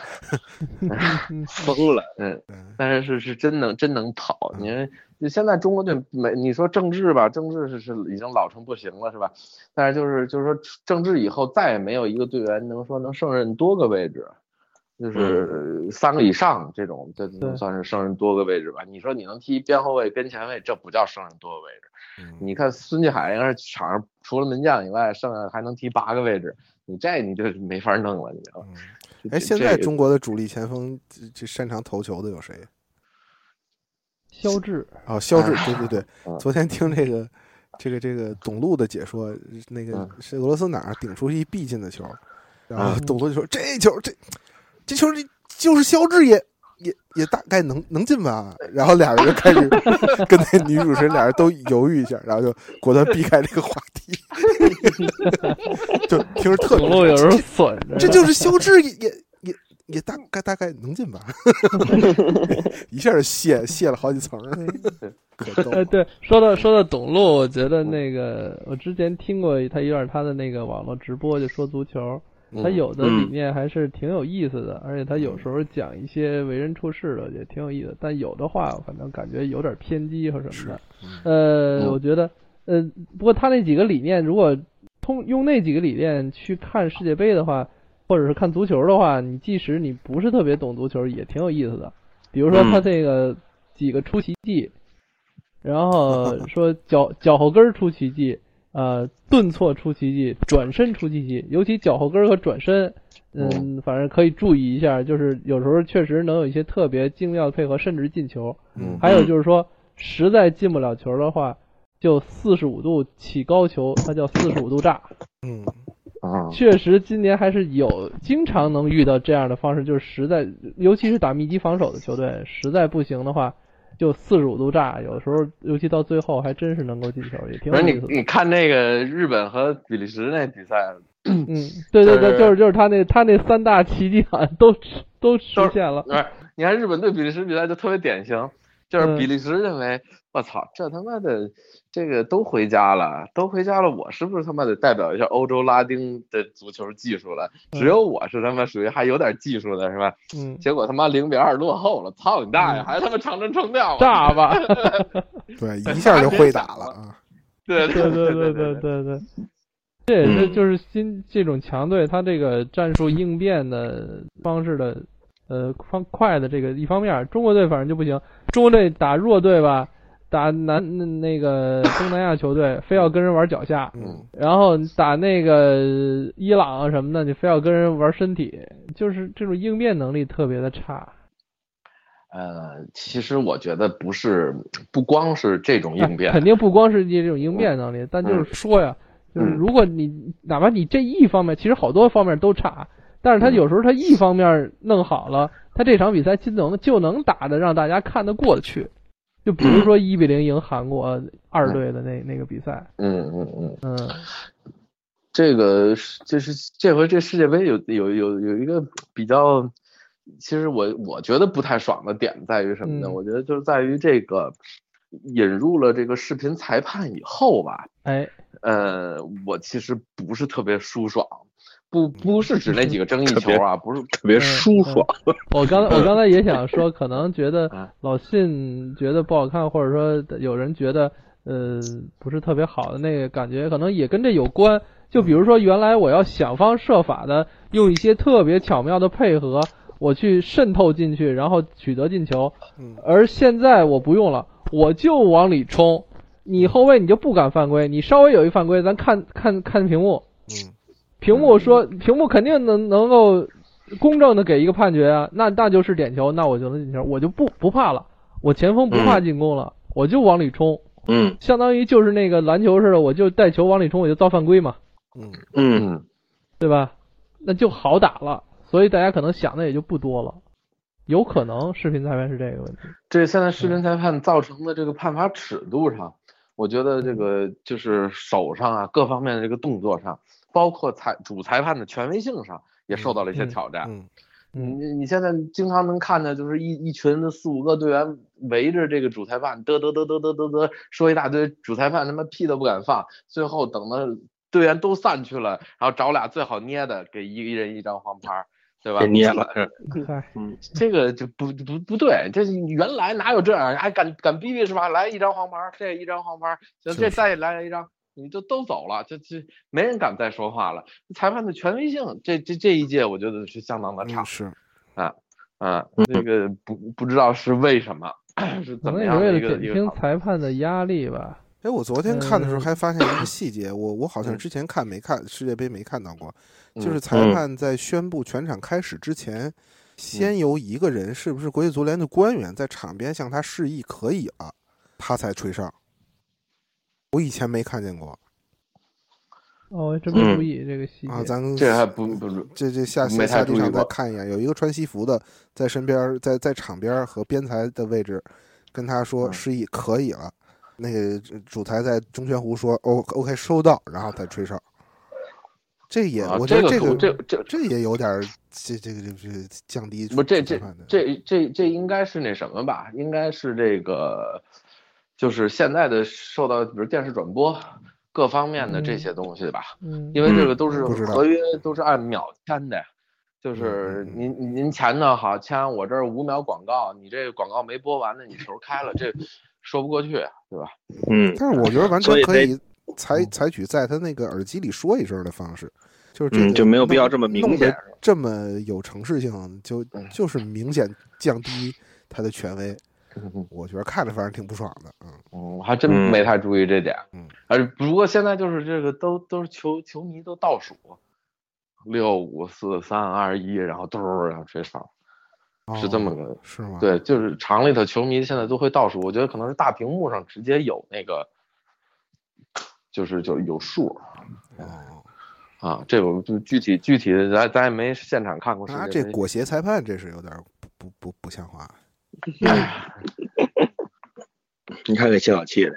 疯了。但是真能跑。你现在中国队你说郑智吧，郑智是已经老成不行了，是吧？但是就是说郑智以后再也没有一个队员能胜任多个位置，就是3个以上这种，这能算是胜任多个位置吧？你说你能踢边后卫跟前卫，这不叫胜任多个位置。你看孙继海要是场上除了门将以外，剩下还能踢8个位置，你就没法弄了，你知道吗？ 现在中国的主力前锋这擅长头球的有谁？ 肖智肖智，对，昨天听这个董路的解说，那个是俄罗斯哪儿顶出一必进的球，然后董路就说这球就是肖智也大概能进吧，然后俩人就开始跟那女主持人俩人都犹豫一下，然后就果断避开这个话题，就听着特别有人损， 这就是肖智也大概能进吧，一下就卸了好几层。 对，说到董路，我觉得那个我之前听过他一段他的那个网络直播，就说足球，他有的理念还是挺有意思的，而且他有时候讲一些为人处事的也挺有意思，但有的话反正感觉有点偏激和什么的。我觉得不过他那几个理念，如果用那几个理念去看世界杯的话，或者是看足球的话，你即使你不是特别懂足球也挺有意思的。比如说他这个几个出奇迹，然后说脚后跟出奇迹，顿挫出奇迹，转身出奇迹，尤其脚后跟和转身，反正可以注意一下，就是有时候确实能有一些特别精妙的配合，甚至进球。还有就是说，实在进不了球的话，就45度起高球，它叫45度炸。确实今年还是经常能遇到这样的方式，就是实在，尤其是打密集防守的球队，实在不行的话，就45度炸，有时候尤其到最后还真是能够进球，也挺有意思的。 你看那个日本和比利时那比赛， 对，就是他那三大奇迹好像都实现了。 你看日本对比利时比赛就特别典型，就是比利时认为我操，这他妈的这个都回家了，我是不是他妈得代表一下欧洲拉丁的足球技术了？只有我是他妈属于还有点技术的是吧？结果他妈0-2落后了，操你大爷，还他妈长针撑掉了， 炸吧！ 对，一下就会打了啊！ 对， 这也是就是这种强队他这个战术应变的方式的快的这个一方面，中国队反正就不行，中国队打弱队吧。打那个东南亚球队非要跟人玩脚下，然后打那个伊朗什么的，你非要跟人玩身体，就是这种应变能力特别的差。 其实我觉得不光是这种应变， 肯定不光是这种应变能力，但就是说呀，就是如果你哪怕你这一方面，其实好多方面都差，但是他有时候他一方面弄好了，他这场比赛就能打得让大家看得过得去。就比如说1-0赢韩国2队的那个比赛， 这个就是这回这世界杯有一个比较，其实我觉得不太爽的点在于什么呢？我觉得就是在于这个引入了这个视频裁判以后吧，我其实不是特别舒爽。不是指那几个争议球啊，不是特别舒爽。 我刚才也想说，可能觉得老信觉得不好看，或者说有人觉得不是特别好的那个感觉，可能也跟这有关。就比如说原来我要想方设法的用一些特别巧妙的配合，我去渗透进去，然后取得进球。而现在我不用了，我就往里冲，你后卫你就不敢犯规，你稍微有一犯规，咱看屏幕。屏幕肯定能够公正的给一个判决啊，那就是点球，那我就能进球，我就不怕了，我前锋不怕进攻了，我就往里冲，相当于就是那个篮球似的，我就带球往里冲，我就造犯规嘛，对吧？那就好打了，所以大家可能想的也就不多了，有可能视频裁判是这个问题。 这现在视频裁判造成的这个判罚尺度上，我觉得这个就是手上啊各方面的这个动作上。包括主裁判的权威性上也受到了一些挑战。你现在经常能看的就是一群的4-5个队员围着这个主裁判嘚说一大堆，主裁判他妈屁都不敢放，最后等到队员都散去了，然后找俩最好捏的，给一人一张黄牌，对吧？ 给捏了， 这个就不对，这原来哪有这样，还敢逼是吧？来一张黄牌，这一张黄牌，这再来一张。你都走了，这没人敢再说话了。裁判的权威性，这一届我觉得是相当的差。 是这个不知道是为什么，是怎么样的一个减轻裁判的压力吧。 我昨天看的时候还发现一个细节，我好像之前没看世界杯没看到过，就是裁判在宣布全场开始之前， 先由一个人是不是国际足联的官员在场边向他示意可以了，他才吹哨。我以前没看见过。 哦，真没注意这个细节啊！咱这还不这下地上再看一眼，有一个穿西服的在身边，在场边和边裁的位置跟他说示意可以了。那个主裁在中泉湖说 OK 收到，然后再吹哨。这也我觉得这也有点这降低不这应该是那什么吧？应该是这个就是现在的受到比如电视转播各方面的这些东西吧。因为这个都是合约都是按秒签的，就是您签的好签我这儿5秒广告，你这个广告没播完呢，你球开了，这说不过去，对吧？ 但是我觉得完全可以采取在他那个耳机里说一声的方式，就是就没有必要这么明显， 这么有程式性，就是明显降低他的权威。我觉得看着反正挺不爽的。 我还真没太注意这点。不过现在就是这个都是球迷都倒数6、5、4、3、2、1，然后然后吹哨。是这么个是吗？ 对，就是场里头球迷现在都会倒数，我觉得可能是大屏幕上直接有那个，就有数。这我就具体的咱也没现场看过。 这裹挟裁判这是有点不像话。 你看给谢老气的。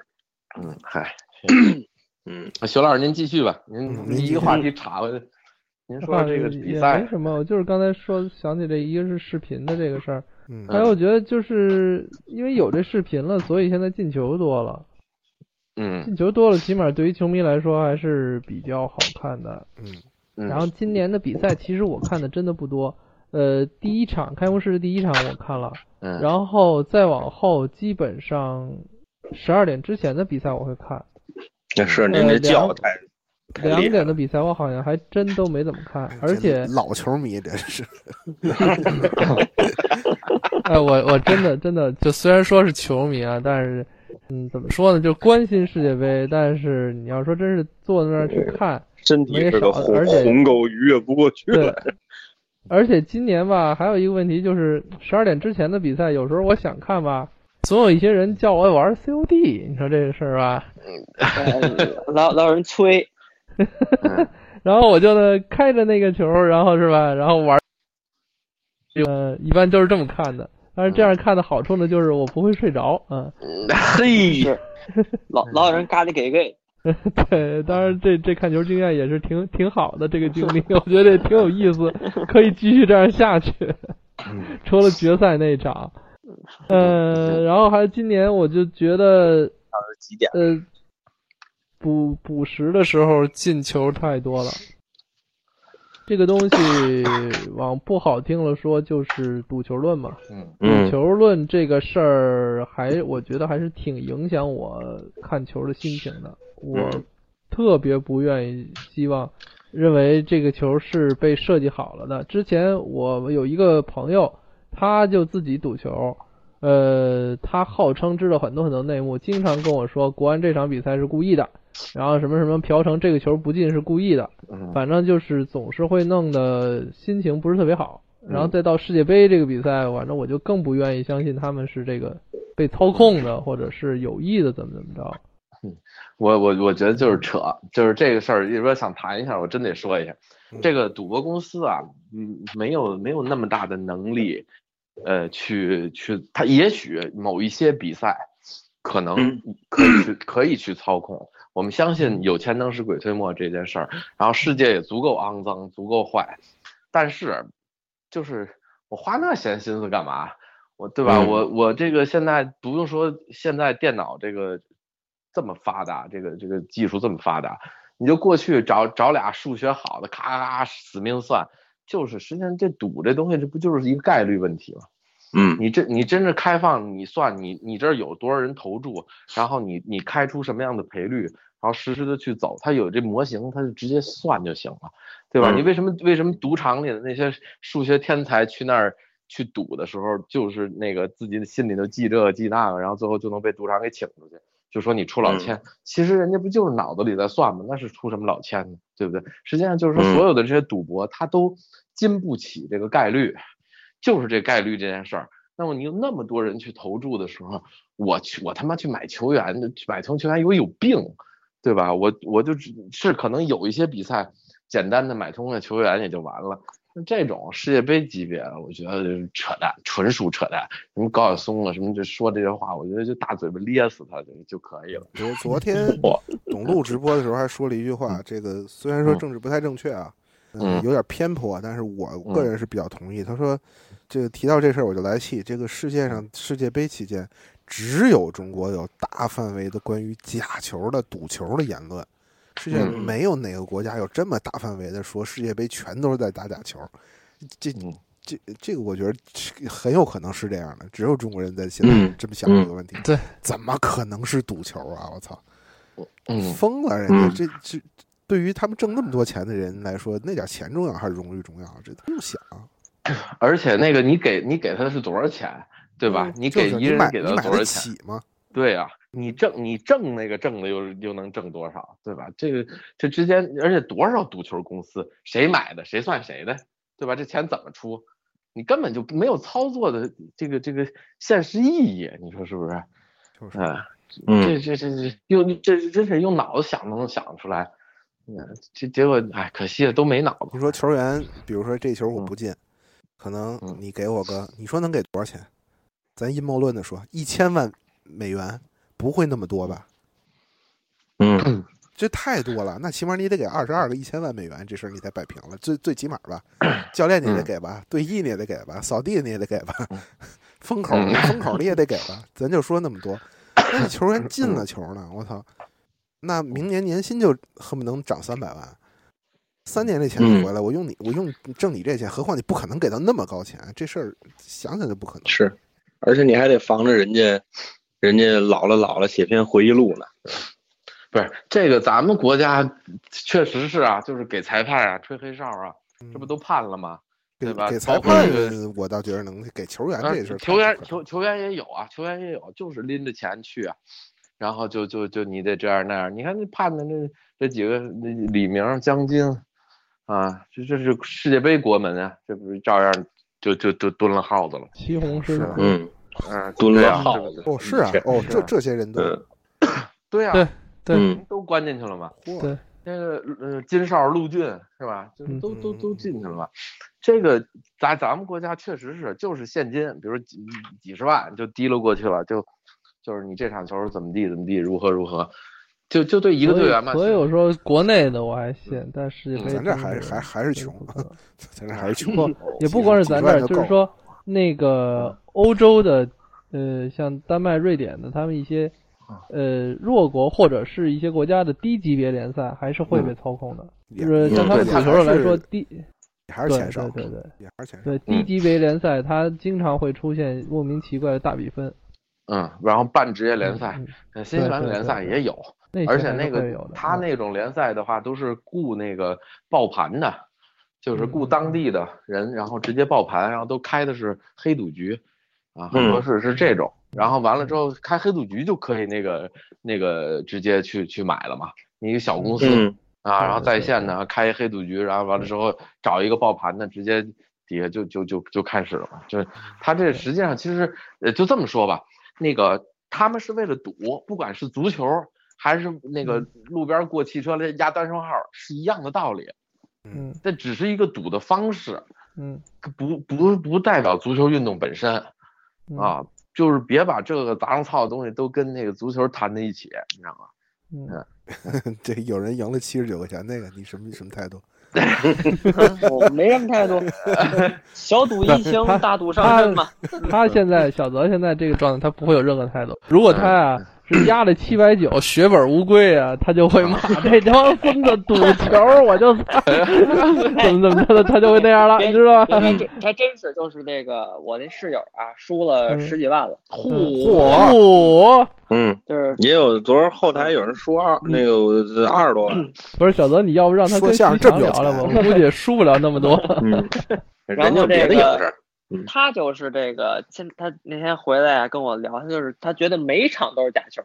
熊老师您继续吧，您一个话题岔过去。您说这个比赛没什么，我就是刚才想起这一个是视频的这个事儿，还有我觉得就是因为有这视频了，所以现在进球多了，进球多了，起码对于球迷来说还是比较好看的，然后今年的比赛其实我看的真的不多，第一场开幕式的第一场我看了，然后再往后基本上12点之前的比赛我会看， 那是您这叫 2点的比赛我好像还真都没怎么看，而且老球迷真是。 我真的就虽然说是球迷啊，但是怎么说呢，就关心世界杯，但是你要说真是坐在那儿去看， 身体是个鸿沟逾越不过去了。 对，而且今年吧还有一个问题就是12点之前的比赛，有时候我想看吧，总有一些人叫我玩 COD， 你说这个事儿吧， 老有人催。 然后我就呢开着那个球，然后是吧，然后玩，一般都是这么看的。但是这样看的好处呢，就是我不会睡着。 是老有人嘎的给。 对，当然这看球经验也是挺好的，这个经历我觉得也挺有意思，可以继续这样下去。除了决赛那一场，然后还有今年我就觉得几点？ 补时的时候进球太多了，这个东西往不好听了说就是赌球论嘛。赌球论这个事儿我觉得还是挺影响我看球的心情的。我特别不愿意认为这个球是被设计好了的。之前我有一个朋友，他就自己赌球，他号称知道很多内幕，经常跟我说国安这场比赛是故意的，然后什么什么朴成这个球不进是故意的，反正就是总是会弄得心情不是特别好。然后再到世界杯这个比赛，反正我就更不愿意相信他们是这个被操控的，或者是有意的怎么着。 我觉得就是扯，就是这个事儿，如果想谈一下，我真得说一下，这个赌博公司啊，没有那么大的能力，他也许某一些比赛可能可以去操控。我们相信有钱能使鬼推磨这件事儿，然后世界也足够肮脏，足够坏，但是就是我花那闲心思干嘛？对吧？我这个现在不用说，现在电脑这么发达，这个技术这么发达，你就过去找俩数学好的，咔咔死命算，就是实际上这赌这东西，这不就是一个概率问题吗？你真是开放，你算你这儿有多少人投注，然后你开出什么样的赔率，然后实时的去走，它有这模型，它就直接算就行了，对吧？你为什么赌场里的那些数学天才去那儿去赌的时候，就是那个自己的心里头记这个记那个，然后最后就能被赌场给请出去，就说你出老千，其实人家不就是脑子里在算吗？那是出什么老千呢？对不对？实际上就是说，所有的这些赌博，它都经不起这个概率。 就是这概率这件事儿。那么你有那么多人去投注的时候，我他妈去买球员，买球员有病，对吧？我就是可能有一些比赛简单的买通了球员也就完了。那这种世界杯级别，我觉得就是扯淡，纯属扯淡。什么高晓松啊，什么就说这些话，我觉得就大嘴巴咧死他就可以了。 昨天董路直播的时候还说了一句话，这个虽然说政治不太正确啊，有点偏颇，但是我个人是比较同意。他说，这个提到这事儿我就来气，这个世界上世界杯期间，只有中国有大范围的关于假球的赌球的言论。世界上没有哪个国家有这么大范围的说世界杯全都是在打假球，这个我觉得很有可能是这样的，只有中国人在现在这么想这个问题。 对， 怎么可能是赌球啊？我操，疯了！人家这对于他们挣那么多钱的人来说，那点钱重要还是荣誉重要？这不想。 而且那个你给他的是多少钱，对吧？你给一人给他多少钱吗？ 对啊。你挣那个挣的又能挣多少，对吧？这之间，而且多少赌球公司谁买的谁算谁的，对吧？这钱怎么出？你根本就没有操作的这个现实意义，你说是不是？这真是用脑子想都能想出来，结果可惜了都没脑子。 你说球员，比如说这球我不进，可能你给我个，你说能给多少钱？咱阴谋论的说，1000万美元。不会那么多吧？这太多了。那起码你得给22个1000万美元，这事儿你才摆平了。最起码吧，教练你也得给吧，队医你也得给吧，扫地你也得给吧，风口你也得给吧。咱就说那么多，那你球员进了球呢？我操！那明年年薪就恨不能涨300万，3年这钱就回来，我用挣你这钱，何况你不可能给到那么高钱，这事儿想想就不可能。 是，而且你还得防着人家老了写篇回忆录呢。 不是这个，咱们国家确实是啊，就是给裁判啊吹黑哨啊，这不都判了吗？对吧？ 给裁判我倒觉得能，给球员这事， 球员也有啊，球员也有，就是拎着钱去啊，然后就你得这样那样。你看那判的这几个李明、江津啊，这是世界杯国门啊，这不是照样就蹲了耗子了。 西红柿， 蹲了耗子。 是啊，这些人都， 对啊， 对， 都关进去了嘛。 对， 那个金少、陆俊是吧？就都进去了嘛。这个咱们国家确实是就是现金，比如几十万就提了过去了，就是你这场球怎么地，如何，就对一个队员嘛。 所以我说国内的我还信，但世界杯咱这还是穷，咱这还是穷。 也不光是咱这儿，就是说那个欧洲的，像丹麦、瑞典的，他们一些。弱国或者是一些国家的低级别联赛还是会被操控的，就是像他们足球来说， 还是钱少， 对， 也还是钱少。 对低级别联赛，它经常会出现莫名奇怪的大比分。 然后半职业联赛、新西兰联赛也有，而且那个他那种联赛的话，都是雇那个报盘的，就是雇当地的人，然后直接报盘，然后都开的是黑赌局啊，很多是这种。然后完了之后开黑赌局就可以那个直接去买了嘛，你一个小公司然后在线呢开黑赌局，然后完了之后找一个报盘的，直接底下就开始了嘛。就是他这实际上其实就这么说吧，那个他们是为了赌，不管是足球还是那个路边过汽车压单双号是一样的道理。这只是一个赌的方式，不代表足球运动本身啊。就是别把这个杂上操的东西都跟那个足球谈在一起，你知道吗？ 这有人赢了79块钱，那个你什么态度？ 我没什么态度，小赌怡情，大赌伤身嘛。 他现在小泽现在这个状态，他不会有任何态度。如果他是压了790，血本无归啊，他就会骂这帮孙子赌球，我就怎么着的，他就会那样了，你知道吧？ 还真是，就是那个我那室友啊，输了10几万了， 嚯！ 就是也有昨儿后台有人输那个20多万。 不是小泽，你要不让他跟徐强聊聊吧？我估计也输不了那么多。 然后这个。他就是这个，他那天回来啊跟我聊，他觉得每场都是假球，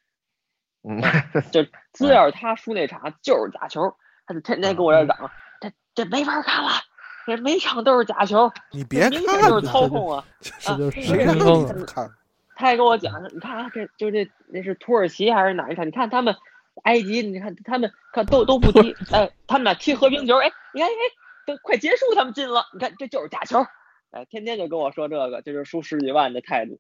就只要他输那场就是假球，他就天天跟我这讲，这没法看了， 这每场都是假球， 你别看就是操控啊！ 谁看都看。 他还跟我讲，你看啊，那是土耳其还是哪一场？你看他们埃及，你看他们都不踢，他们俩踢和平球，你看都快结束，他们进了，你看这就是假球，天天就跟我说这个，这就是输10几万的态度。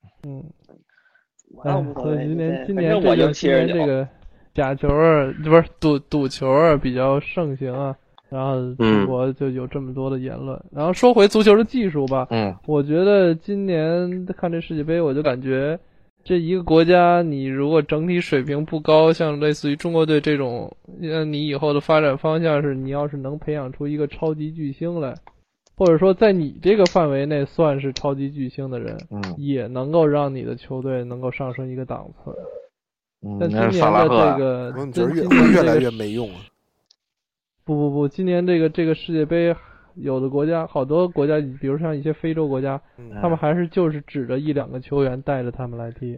所以今年这个假球不是赌球比较盛行啊。然后中国就有这么多的言论。然后说回足球的技术吧，我觉得今年看这世界杯，我就感觉这一个国家，你如果整体水平不高，像类似于中国队这种，你以后的发展方向是，你要是能培养出一个超级巨星来，或者说在你这个范围内算是超级巨星的人，也能够让你的球队能够上升一个档次。但今年的这个， 我觉得越来越没用了。 不，今年这个世界杯，有的国家，好多国家，比如像一些非洲国家，他们还是就是指着1-2个球员带着他们来踢。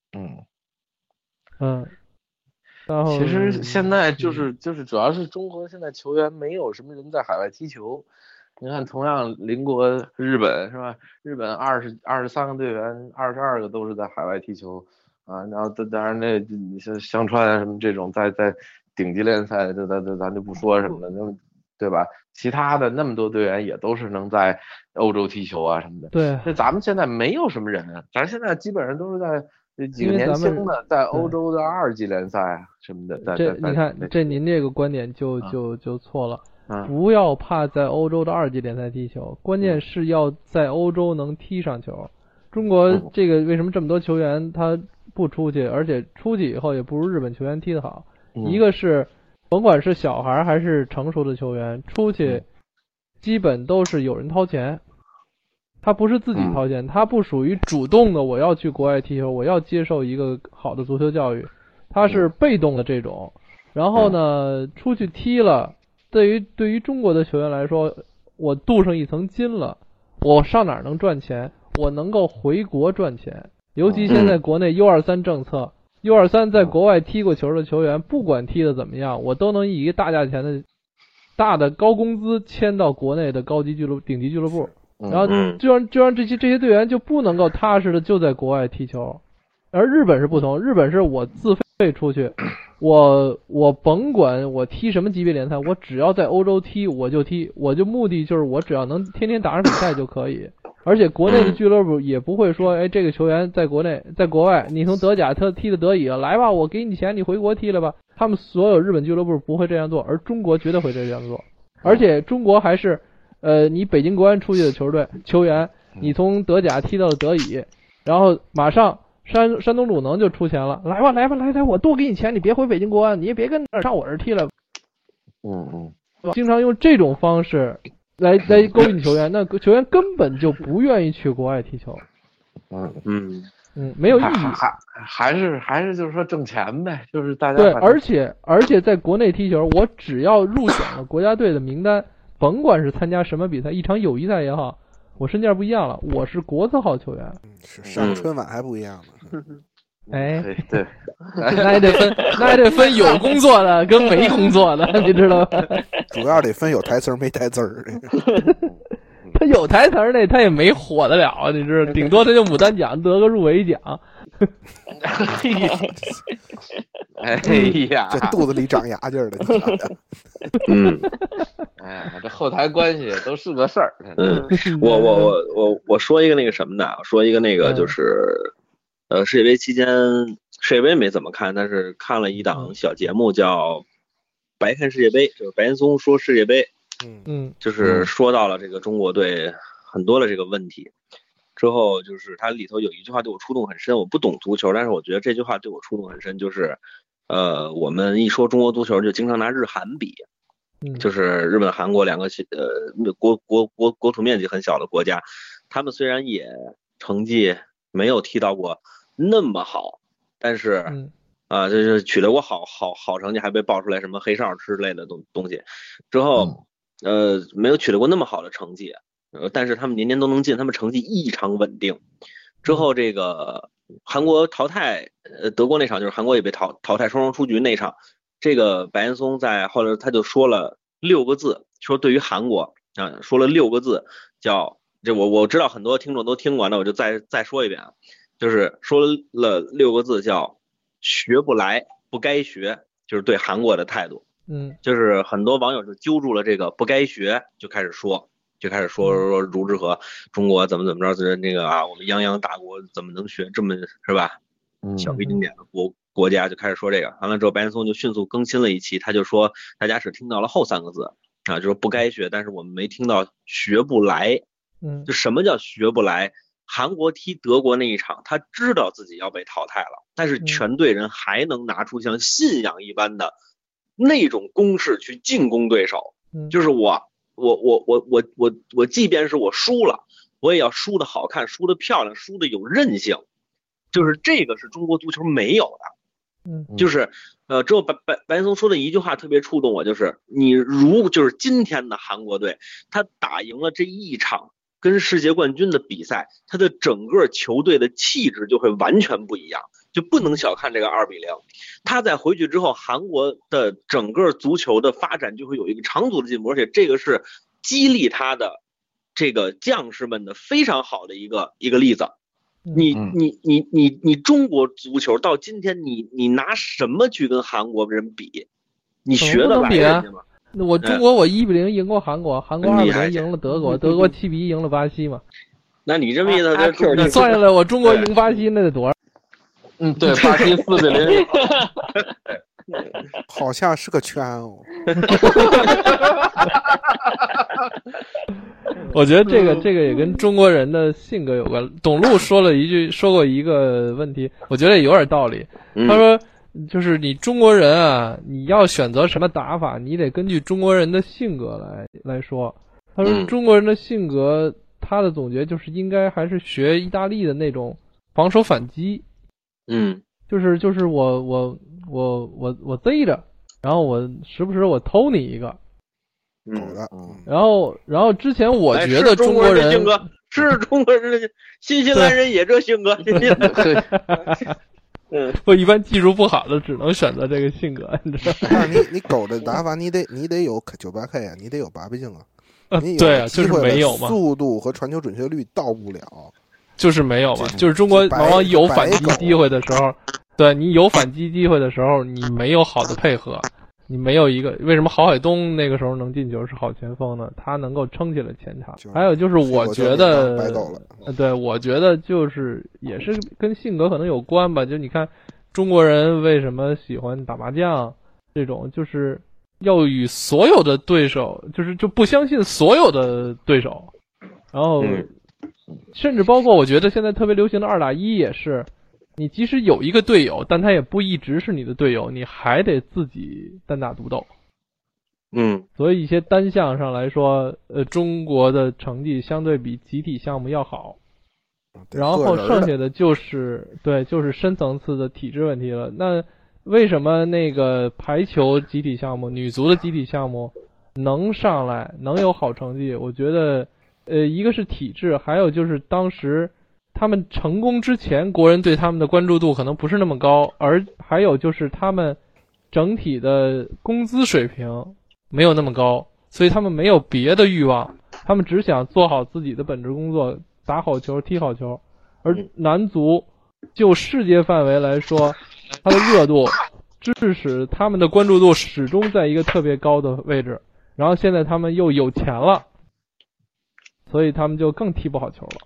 然后其实现在就是主要是中国现在球员没有什么人在海外踢球。你看，同样邻国日本是吧？日本23个队员，22个都是在海外踢球啊。然后当然那你像香川啊什么这种在顶级联赛，咱就不说什么了，那对吧？其他的那么多队员也都是能在欧洲踢球啊什么的。 对， 那咱们现在没有什么人啊，咱现在基本上都是在几个年轻的在欧洲的2级联赛啊什么的。 你看，这您这个观点就错了。不要怕在欧洲的2级联赛踢球，关键是要在欧洲能踢上球。中国这个为什么这么多球员他不出去，而且出去以后也不如日本球员踢得好？一个是甭管是小孩还是成熟的球员，出去基本都是有人掏钱，他不是自己掏钱，他不属于主动的我要去国外踢球，我要接受一个好的足球教育，他是被动的这种。然后呢，出去踢了，对于中国的球员来说，我镀上一层金了，我上哪能赚钱？我能够回国赚钱。尤其现在国内 U23 政策，U23 在国外踢过球的球员，不管踢得怎么样，我都能以一个大价钱的大的高工资签到国内的高级顶级俱乐部，然后就让这些队员就不能够踏实的就在国外踢球。而日本是不同，日本是我自费出去，我甭管我踢什么级别联赛，我只要在欧洲踢我就踢，我就目的就是我只要能天天打上比赛就可以。而且国内的俱乐部也不会说，这个球员在国外，你从德甲他踢的德乙了，来吧，我给你钱，你回国踢了吧。他们所有日本俱乐部不会这样做，而中国绝对会这样做。而且中国还是，你北京国安出去的球员，你从德甲踢到了德乙，然后马上山东鲁能就出钱了，来吧，我多给你钱，你别回北京国安，你也别上我这儿踢了。经常用这种方式来勾引球员，那球员根本就不愿意去国外踢球。没有意义。 还是就是说挣钱呗，就是大家对，而且在国内踢球，我只要入选了国家队的名单，甭管是参加什么比赛，一场友谊赛也好，我身价不一样了，我是国字号球员。 是上春晚还不一样呢。 对， 那也得分有工作的跟没工作的，你知道吧？ 主要得分有台词没台词儿。 他有台词那他也没火得了，你知道，顶多他就牡丹奖得个入围奖。 这肚子里长牙劲儿的， 这后台关系都是个事儿。 我说一个那个什么的，说一个那个就是，世界杯期间，世界杯没怎么看，但是看了一档小节目叫《白看世界杯》，就是白岩松说世界杯。就是说到了这个中国队很多的这个问题之后，就是它里头有一句话对我触动很深。我不懂足球，但是我觉得这句话对我触动很深，就是我们一说中国足球就经常拿日韩比，就是日本韩国两个国土面积很小的国家，他们虽然也成绩没有踢到过那么好，但是就是取得过好成绩，还被爆出来什么黑哨之类的东西之后，没有取得过那么好的成绩，但是他们年年都能进，他们成绩异常稳定。之后这个韩国淘汰德国那场，就是韩国也被淘汰双双出局那场，这个白岩松在后来他就说了6个字，说对于韩国啊，说了6个字，叫这我知道很多听众都听过，那我就再说一遍啊，就是说了6个字，叫学不来不该学，就是对韩国的态度。就是很多网友就揪住了这个不该学，就开始说如之和中国怎么着，那个啊，我们泱泱大国怎么能学这么是吧？小学经典的国家就开始说这个，完了之后白岩松就迅速更新了一期，他就说大家只听到了后3个字啊，就是不该学，但是我们没听到学不来。就什么叫学不来？韩国踢德国那一场，他知道自己要被淘汰了，但是全队人还能拿出像信仰一般的那种攻势去进攻对手。就是我即便是我输了，我也要输的好看，输的漂亮，输的有韧性。就是这个是中国足球没有的。就是之后白岩松说的一句话特别触动我，就是就是今天的韩国队，他打赢了这一场跟世界冠军的比赛，他的整个球队的气质就会完全不一样，就不能小看这个2-0。他在回去之后，韩国的整个足球的发展就会有一个长足的进步，而且这个是激励他的这个将士们的非常好的一个例子。你中国足球到今天，你拿什么去跟韩国人比？你学得来人家吗？ 我中国我1-0赢过韩国，韩国2-0赢了德国，德国7-1赢了巴西嘛。 那你这么意思， 你算下来，我中国赢巴西那得多少？ 对，巴西4-0。 好像是个圈哦。 我觉得这个也跟中国人的性格有关。董路说过一个问题，我觉得也有点道理。他说，就是你中国人啊，你要选择什么打法，你得根据中国人的性格来说。他说，中国人的性格，他的总结就是应该还是学意大利的那种防守反击。就是我贼着，然后我时不时我偷你一个。然后之前我觉得中国人是中国人的新西兰人也这性格。 我一般技术不好的只能选择这个性格，你知道吗？ 但是你狗的打法，你得有 98K 啊，你得有拔背镜啊。 对啊，就是没有嘛， 速度和传球准确率到不了， 就是没有嘛。就是中国往往有反击机会的时候，对你有反击机会的时候，你没有好的配合。你没有一个，为什么郝海东那个时候能进球是好前锋呢？他能够撑起了前场。还有就是我觉得，对，我觉得就是也是跟性格可能有关吧。就你看中国人为什么喜欢打麻将，这种就是要与所有的对手，就不相信所有的对手，然后甚至包括我觉得现在特别流行的2打1也是。你即使有一个队友，但他也不一直是你的队友，你还得自己单打独斗。所以一些单项上来说，中国的成绩相对比集体项目要好。然后剩下的就是深层次的体制问题了。那为什么那个排球集体项目、女足的集体项目能上来，能有好成绩？我觉得，一个是体制，还有就是当时。他们成功之前，国人对他们的关注度可能不是那么高，而还有就是他们整体的工资水平没有那么高，所以他们没有别的欲望，他们只想做好自己的本职工作，打好球，踢好球。而男足就世界范围来说，它的热度致使他们的关注度始终在一个特别高的位置，然后现在他们又有钱了，所以他们就更踢不好球了。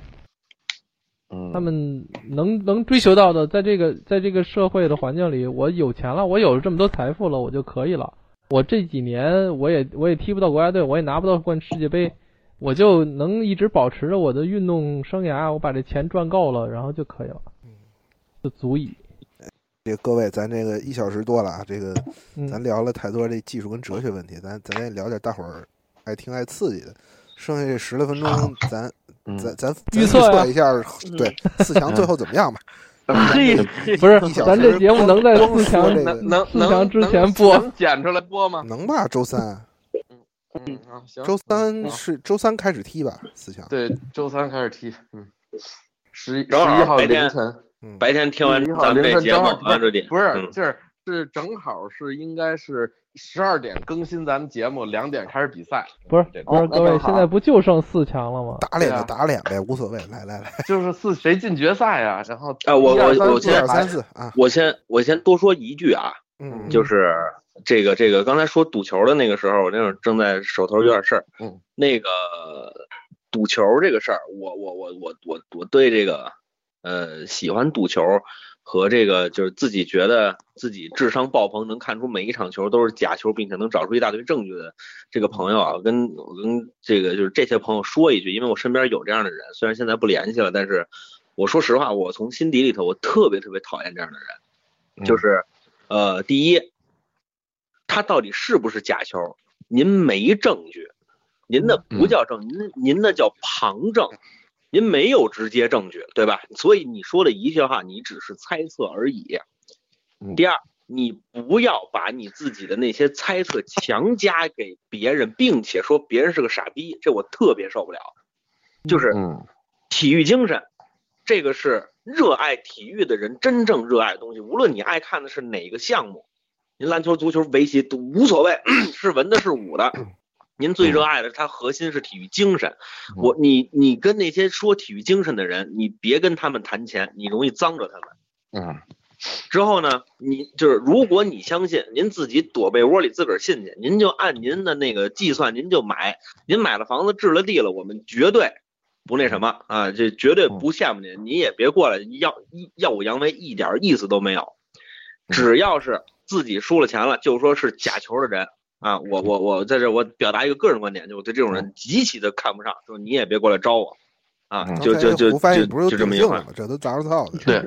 他们能追求到的，在这个社会的环境里，我有钱了，我有这么多财富了，我就可以了。我这几年我也踢不到国家队，我也拿不到世界杯，我就能一直保持着我的运动生涯，我把这钱赚够了，然后就可以了，就足以。 这各位，咱这个1小时多了啊，这个咱聊了太多这技术跟哲学问题，咱也聊点大伙儿爱听爱刺激的。剩下这10来分钟，咱预测一下，对4强最后怎么样吧？ 不是，咱这节目能在4强之前播？ 能剪出来播吗？ 能吧，周3。行。周三开始踢吧，4强。 对，周3开始踢。11号凌晨。 白天听完咱们这节目， 不是，就是是正好是应该是12点更新咱们节目，2点开始比赛。 不是各位，现在不就剩4强了吗？ 打脸就打脸呗，无所谓。来， 就是谁进决赛啊？然后我先3、4啊， 我先多说一句啊，就是这个刚才说赌球的那个时候，我那会儿正在手头有点事儿，那个赌球这个事儿，我对这个喜欢赌球和这个就是自己觉得自己智商爆棚，能看出每一场球都是假球，并且能找出一大堆证据的这个朋友啊，我跟这个就是这些朋友说一句，因为我身边有这样的人，虽然现在不联系了，但是我说实话，我从心底里头我特别讨厌这样的人，就是第一，他到底是不是假球，您没证据，您的不叫证，您那叫旁证。您没有直接证据，对吧？所以你说的一句话，你只是猜测而已。第二，你不要把你自己的那些猜测强加给别人，并且说别人是个傻逼，这我特别受不了。就是体育精神，这个是热爱体育的人真正热爱的东西。无论你爱看的是哪个项目，您篮球、足球、围棋都无所谓，是文的是武的。您最热爱的，它核心是体育精神。你跟那些说体育精神的人，你别跟他们谈钱，你容易脏着他们。之后呢，你就是如果你相信，您自己躲被窝里自个儿信去，您就按您的那个计算，您就买。您买了房子置了地了，我们绝对不那什么啊，这绝对不羡慕您，你也别过来耀武扬威，一点意思都没有。只要是自己输了钱了，就说是假球的人。啊，我在这我表达一个个人观点，就我对这种人极其的看不上，说你也别过来招我，啊，就这么一话， 这都杂套的， 对，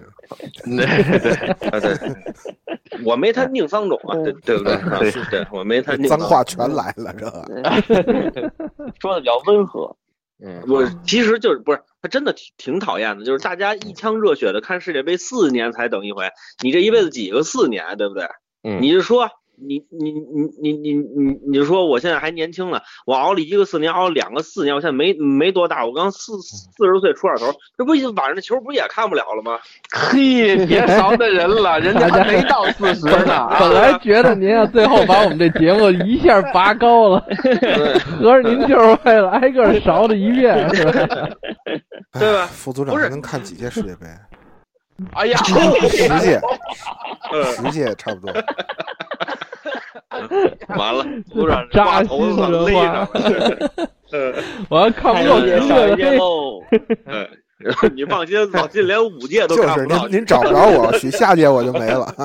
我没他宁桑种啊，对不对？对，我没他脏话全来了，这说的比较温和， 我其实就是不是他真的挺讨厌的，就是大家一腔热血的看世界杯4年才等一回，你这一辈子几个4年，对不对？你就说。你说我现在还年轻呢，我熬了1个4年，熬了2个4年，我现在没多大，我刚40岁出点头，这不晚上的球不也看不了了吗？ 嘿，别勺的人了，人家还没到40呢。 本来觉得您要最后把我们这节目一下拔高了，合着您就是为了挨个勺的一遍，是吧？ 对吧？ 副组长还能看几届世界杯？ 哎呀 ，10届，10届差不多。 完了，组长扎头子勒上， 我要看不到您这个喽。 你放心，连5届都看不到。 您找不着我，许下届我就没了。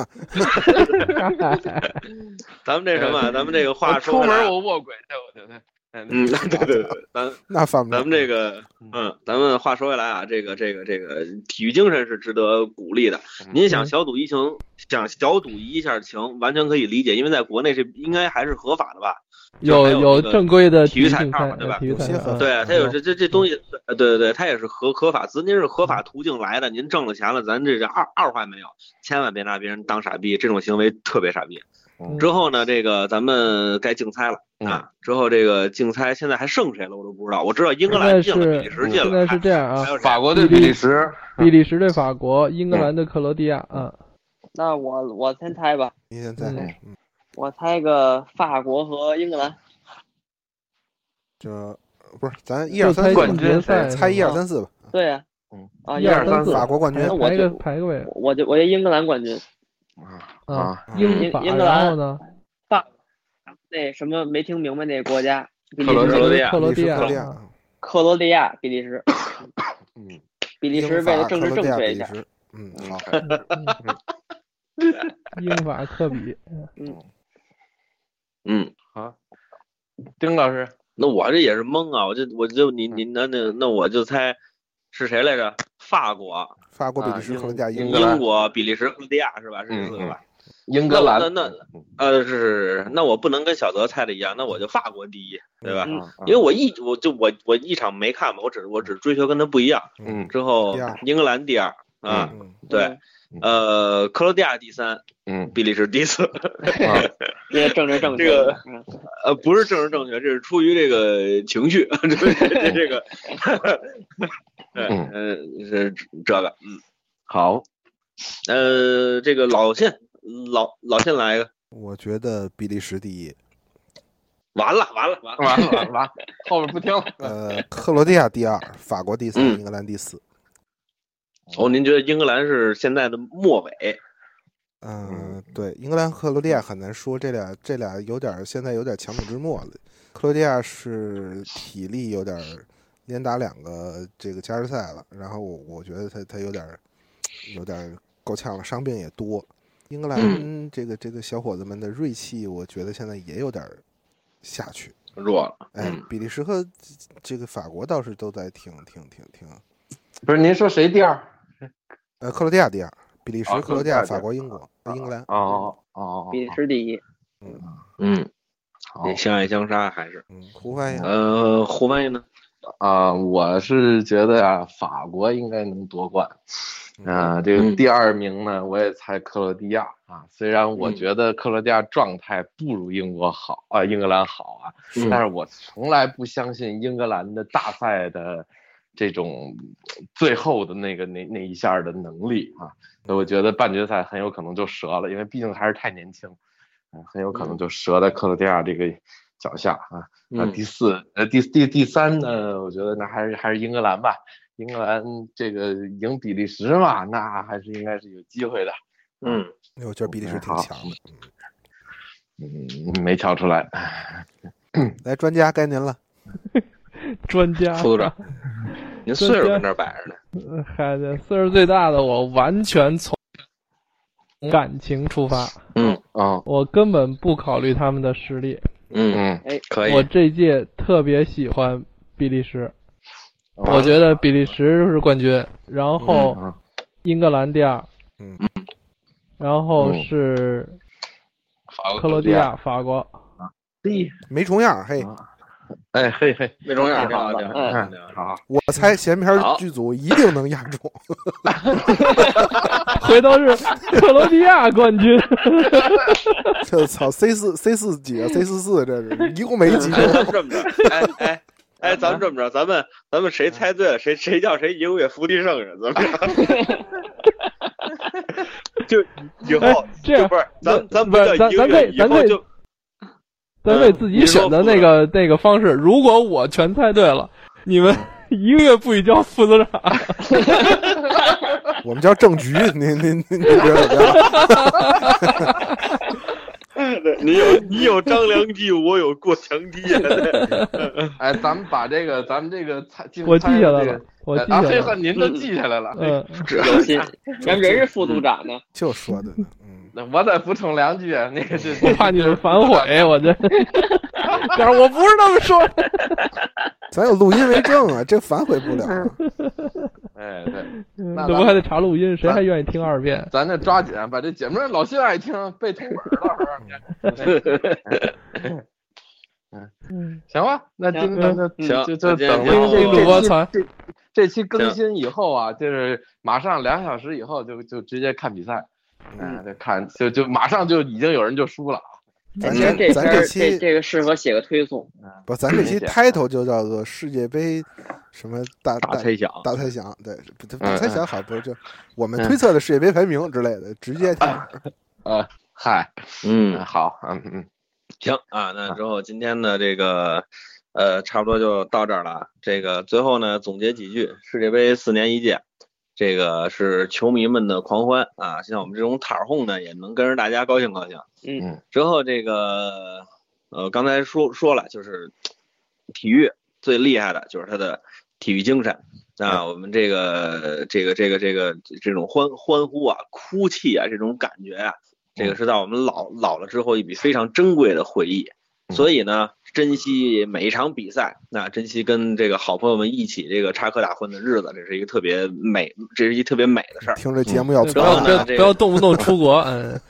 咱们这什么？咱们这个话说， 出门我卧轨，对。 对，咱们这个，咱们话说回来啊，这个体育精神是值得鼓励的。您想小赌怡一下情，完全可以理解，因为在国内是应该还是合法的吧？ 有正规的体育彩票嘛，对吧？对，它有这东西，对，它也是合法资金是合法途径来的。您挣了钱了，咱这二话没有，千万别拿别人当傻逼，这种行为特别傻逼。之后呢，这个咱们该竞猜了啊！之后这个竞猜现在还剩谁了，我都不知道。我知道英格兰进了，比利时进了。 现在是这样啊， 法国对比利时， 比利时对法国，英格兰对克罗地亚啊。 那我先猜吧。 你先猜。 我猜个法国和英格兰。 这不是咱1、2、3、4 冠军赛猜1、2、3、4吧。 对呀 ，1、2、3、4， 法国冠军。 排个位。 我就英格兰冠军。 英格兰呢？ 那什么没听明白那个国家？ 克罗地亚，比利时。比利时为了政治正确一下。 好。 英法克比。 好。丁老师， 那我这也是懵啊！我就你那我就猜是谁来着？法国、 比利时、克罗地亚、 英国、比利时、克罗地亚是吧？是这4个吧？ 英格兰是那我不能跟小泽猜的一样，那我就法国第一，对吧？因为我一场没看嘛，我只追求跟他不一样。之后英格兰第2啊，对，克罗地亚第3，比利时第4。 这个政治正确， 这个不是政治正确，这是出于这个情绪，这个是这个， 好。 这个老信老辛来一个。 我觉得比利时第一。 完了， 后面不听了。 克罗地亚第二，法国第三，英格兰第四。 您觉得英格兰是现在的末尾？ 对，英格兰、克罗地亚很难说，这俩现在有点强弩之末了。克罗地亚是体力有点连打2个这个加时赛了，然后我觉得他有点够呛了，伤病也多。英格兰这个小伙子们的锐气，我觉得现在也有点下去， 弱了。 比利时和这个法国倒是都在挺。 不是，您说谁第二？ 克罗地亚第二，比利时、克罗地亚、法国、英格兰。 比利时第一。 好，相爱相杀还是。 胡翻译。 胡翻译呢？ 我是觉得呀，法国应该能夺冠。这个第2名呢，我也猜克罗地亚啊。虽然我觉得克罗地亚状态不如英格兰好啊，但是我从来不相信英格兰的大赛的这种最后的那一下的能力啊。所以我觉得半决赛很有可能就折了，因为毕竟还是太年轻，很有可能就折在克罗地亚这个脚下啊。第三呢，我觉得那还是英格兰吧。英格兰这个赢比利时嘛，那还是应该是有机会的。 我觉得比利时挺强的。没瞧出来。 来，专家该您了。 专家， 副组长，您岁数跟这摆着呢。 孩子，岁数最大的我完全从感情出发。我根本不考虑他们的实力。 可以。 我这届特别喜欢比利时。我觉得比利时是冠军，然后英格兰第二，然后是克罗地亚、法国。 没重样，嘿。 没重样， 好。 我猜闲篇剧组一定能压中。 回头是克罗地亚冠军。 这操 C4 几啊 ？C44这是一共没几个。 这么着，咱们这么着，咱们谁猜对了，谁叫谁一个月伏地圣人，怎么着？就以后这样不是咱不叫一个月，以后就咱可以自己选的那个方式。如果我全猜对了，你们一个月不许叫副组长。 我们叫正局，您觉得怎么样？ 你有张良计，我有过墙梯。 咱们把咱们这个我记下来了， 这个您都记下来了。 有心，咱人是副组长呢， 就说的呢。 我再补充2句，那个是我怕你们反悔，我这，但是我不是那么说。 咱有录音为证啊，这反悔不了。 对， 那不还得查录音？谁还愿意听2遍？ 咱这抓紧把这节目老辛爱听，背通本了。行吧，那就等录播传。 这期更新以后啊，就是马上2小时以后就直接看比赛。看就马上就已经有人就输了。 咱这期这个适合写个推送。 不，咱这期 title 就叫做世界杯什么大猜想， 对，大猜想好，不是就我们推测的世界杯排名之类的，直接听。 嗨，好， 行啊，那之后今天的这个差不多就到这儿了。这个最后呢总结几句，世界杯4年一届。这个是球迷们的狂欢啊！像我们这种塔哄呢，也能跟着大家高兴高兴。之后这个刚才说了，就是体育最厉害的就是它的体育精神啊。我们这种欢呼啊、哭泣啊这种感觉啊，这个是在我们老了之后一笔非常珍贵的回忆。所以呢，珍惜每一场比赛，那珍惜跟这个好朋友们一起这个插科打诨的日子，这是一个特别美的事儿。 听着节目要不要动不动出国，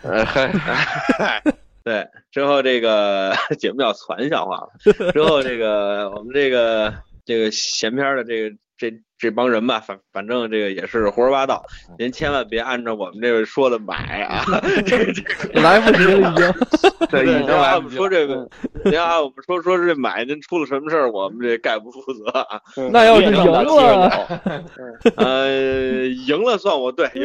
对，之后这个节目要传笑话了。之后这个我们这个闲篇的这帮人吧，反正这个也是胡说八道，您千万别按照我们这个说的买啊， 来不及了已经。 对，已经来不及。说这个，您按我们说这买，您出了什么事儿，我们这概不负责啊。 那要是赢了， 赢了算我对，赢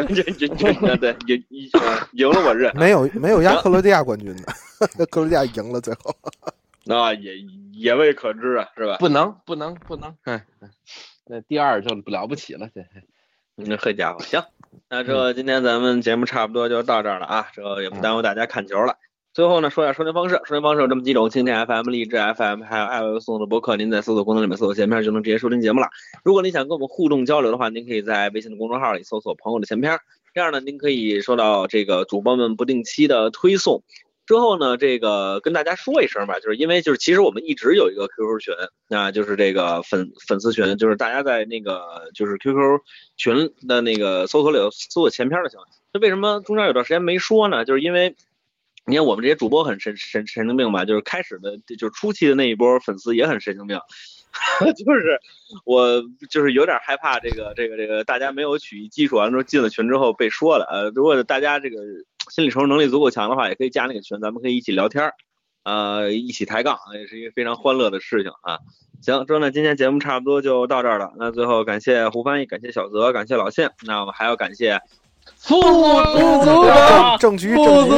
了我认。 没有压克罗地亚冠军的，克罗地亚赢了最后。 那也未可知啊，是吧？ 不能，那第二就了不起了，这。 黑家伙，行，那这今天咱们节目差不多就到这儿了啊，这也不耽误大家看球了。最后呢，说一下收听方式，有这么几种：蜻蜓 FM、荔枝 FM， 还有iOS 送的播客。您在搜索功能里面搜索闲篇就能直接收听节目了。如果您想跟我们互动交流的话，您可以在微信的公众号里搜索朋友的闲篇，这样呢，您可以收到这个主播们不定期的推送。之后呢，这个跟大家说一声吧，就是因为其实我们一直有一个 QQ 群，那就是这个粉丝群，就是大家在那个就是 QQ 群的那个搜索里搜索前篇的行。那为什么中间有段时间没说呢？就是因为你看我们这些主播很神经病吧，就是开始的就是初期的那一波粉丝也很神经病。就是我就是有点害怕这个大家没有曲艺基础，完之后进了群之后被说了。如果大家这个心理承受能力足够强的话，也可以加那个群，咱们可以一起聊天，一起抬杠，也是一个非常欢乐的事情啊。行，之后呢，今天节目差不多就到这儿了。那最后感谢胡翻译，感谢小泽，感谢老谢，那我们还要感谢副组长郑局，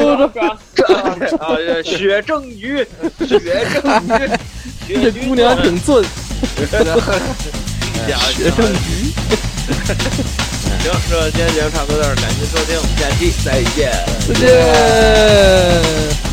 雪正局， 这姑娘挺俊。 雪正局。行，这今天节目差不多到这儿，感谢收听，我们下期再见。